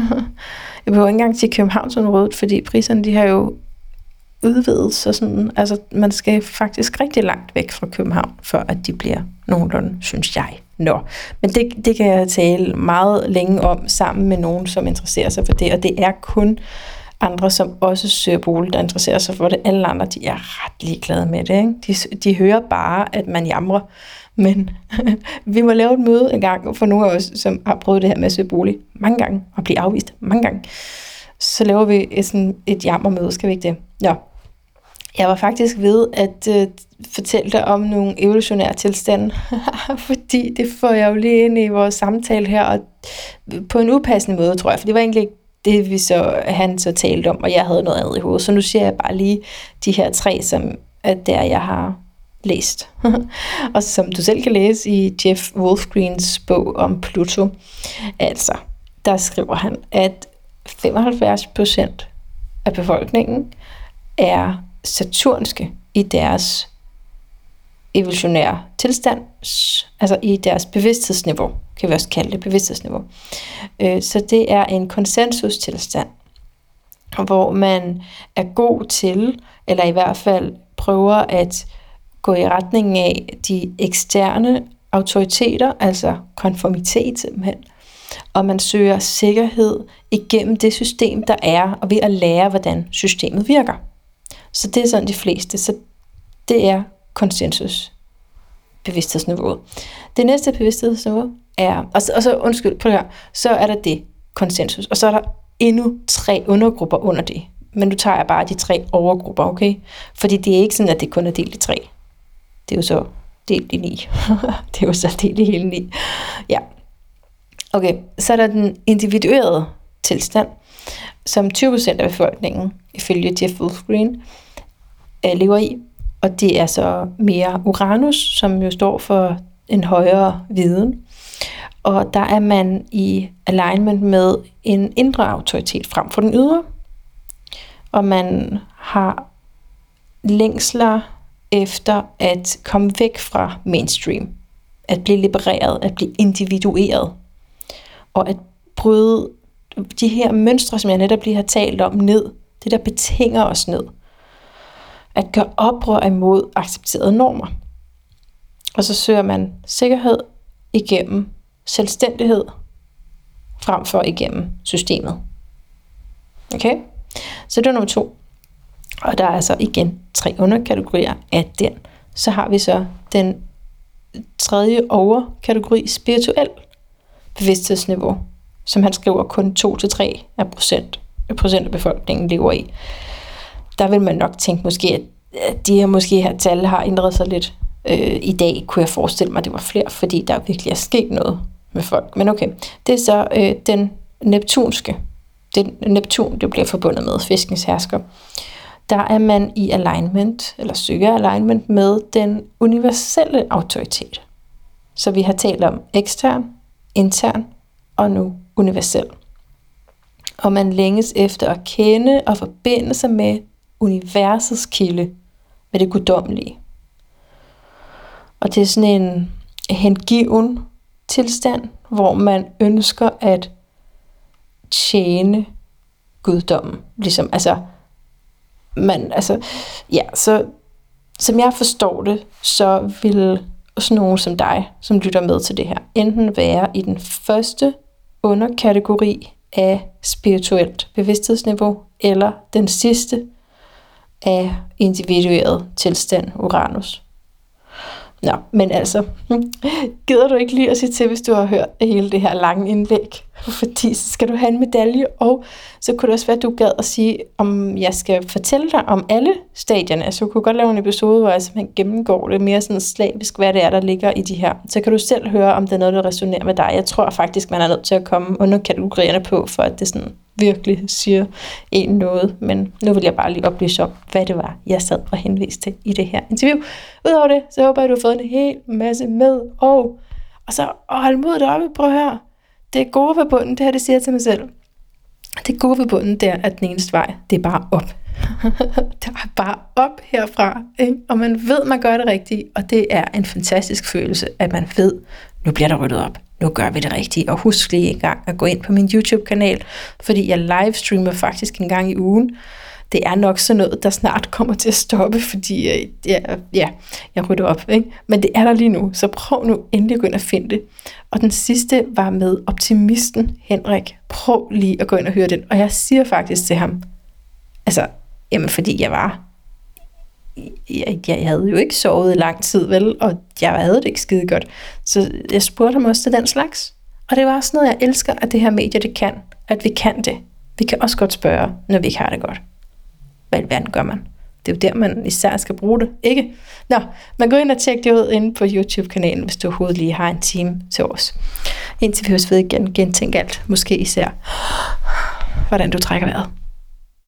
Jeg behøver ikke engang til Københavnsområdet, fordi priserne, de har jo udvidet, og sådan, altså man skal faktisk rigtig langt væk fra København, for at de bliver nogenlunde, synes jeg. Men det kan jeg tale meget længe om, sammen med nogen, som interesserer sig for det, og det er kun andre, som også søger bolig, der interesserer sig for det. Alle andre, de er ret ligeglade med det, ikke? De hører bare, at man jamrer, men vi må lave et møde en gang for nogle af os, som har prøvet det her med at søge bolig mange gange, og blive afvist mange gange. Så laver vi et jammermøde, skal vi ikke det? Ja. Jeg var faktisk ved at fortælle dig om nogle evolutionære tilstande, fordi det får jeg jo lige ind i vores samtale her, og på en upassende måde, tror jeg, for det var egentlig det, han så talte om, og jeg havde noget andet i hovedet. Så nu siger jeg bare lige de her 3, som er der, jeg har læst. Og som du selv kan læse i Jeff Wolfgreens bog om Pluto. Altså, der skriver han, at 75% af befolkningen er saturnske i deres evolutionære tilstand, altså i deres bevidsthedsniveau, kan vi også kalde det bevidsthedsniveau. Så det er en konsensustilstand, hvor man er god til, eller i hvert fald prøver at gå i retning af de eksterne autoriteter, altså konformitet simpelthen, og man søger sikkerhed igennem det system, der er, og ved at lære, hvordan systemet virker. Så det er sådan de fleste. Så det er konsensus bevidsthedsniveauet. Det næste bevidsthedsniveau er, og så undskyld på det her, så er der det konsensus, og så er der endnu 3 undergrupper under det. Men nu tager jeg bare de 3 overgrupper, okay? Fordi det er ikke sådan, at det kun er delt i 3. Det er jo så delt i 9. Det er jo så delt i hele 9. Ja. Okay, så er der den individuerede tilstand, som 20% af befolkningen, ifølge Jeff Wolfgreen, lever i. Og det er så mere Uranus, som jo står for en højere viden. Og der er man i alignment med en indre autoritet frem for den ydre. Og man har længsler efter at komme væk fra mainstream. At blive libereret, at blive individueret. Og at bryde de her mønstre, som jeg netop lige har talt om, ned. Det, der betinger os ned. At gøre oprør imod accepterede normer. Og så søger man sikkerhed igennem selvstændighed, frem for igennem systemet. Okay? Så det er nummer 2. Og der er så igen 3 underkategorier af den. Så har vi så den 3. overkategori, spirituel bevidsthedsniveau, som han skriver kun 2-3% af befolkningen lever i. Der vil man nok tænke måske, at de her tal har ændret sig lidt. I dag kunne jeg forestille mig, at det var flere, fordi der virkelig er sket noget med folk. Men okay, det er så den neptunske. Neptun, det bliver forbundet med fiskens hersker. Der er man i alignment, eller søger alignment med den universelle autoritet. Så vi har talt om ekstern, intern og nu universel. Og man længes efter at kende og forbinde sig med universets kilde, med det guddommelige. Og det er sådan en hengiven tilstand, hvor man ønsker at tjene guddommen. Ligesom, så som jeg forstår det, så vil sådan nogen som dig, som lytter med til det her, enten være i den første underkategori af spirituelt bevidsthedsniveau, eller den sidste af individueret tilstand Uranus. Nå, men gider du ikke lige at sige til, hvis du har hørt hele det her lange indlæg? Fordi så skal du have en medalje, og så kunne det også være, at du gad at sige, om jeg skal fortælle dig om alle stadierne. Altså, du kunne godt lave en episode, hvor jeg simpelthen gennemgår det mere sådan slavisk, hvad det er, der ligger i de her. Så kan du selv høre, om det er noget, der resonerer med dig. Jeg tror faktisk, man er nødt til at komme under kategorierne på, for at det sådan virkelig siger en noget. Men nu vil jeg bare lige oplyse om, hvad det var, jeg sad og henviste til i det her interview. Udover det, så håber jeg, du har fået en hel masse med. Og så hold modet oppe, prøv at høre. Det gode ved bunden, det her, det siger jeg til mig selv. Det gode ved bunden, det er, at den eneste vej, det er bare op. Det er bare op herfra, ikke? Og man ved, man gør det rigtigt, og det er en fantastisk følelse, at man ved, nu bliver der ryddet op. Nu gør vi det rigtigt, og husk lige en gang at gå ind på min YouTube-kanal, fordi jeg livestreamer faktisk en gang i ugen. Det er nok sådan noget, der snart kommer til at stoppe, fordi jeg rydder op, ikke? Men det er der lige nu, så prøv nu endelig at gå ind og finde det. Og den sidste var med optimisten Henrik. Prøv lige at gå ind og høre den. Og jeg siger faktisk til ham, fordi jeg havde jo ikke sovet i lang tid, vel? Og jeg havde det ikke skide godt. Så jeg spurgte ham også til den slags. Og det var også noget, jeg elsker, at det her medie, det kan. At vi kan det. Vi kan også godt spørge, når vi ikke har det godt. Hvad i verden gør man? Det er jo der, man især skal bruge det, ikke? Nå, man går ind og tjekker det ud inde på YouTube-kanalen, hvis du overhovedet lige har en time til os. Indtil vi høres ved igen, gentænk alt. Måske især, hvordan du trækker vejret.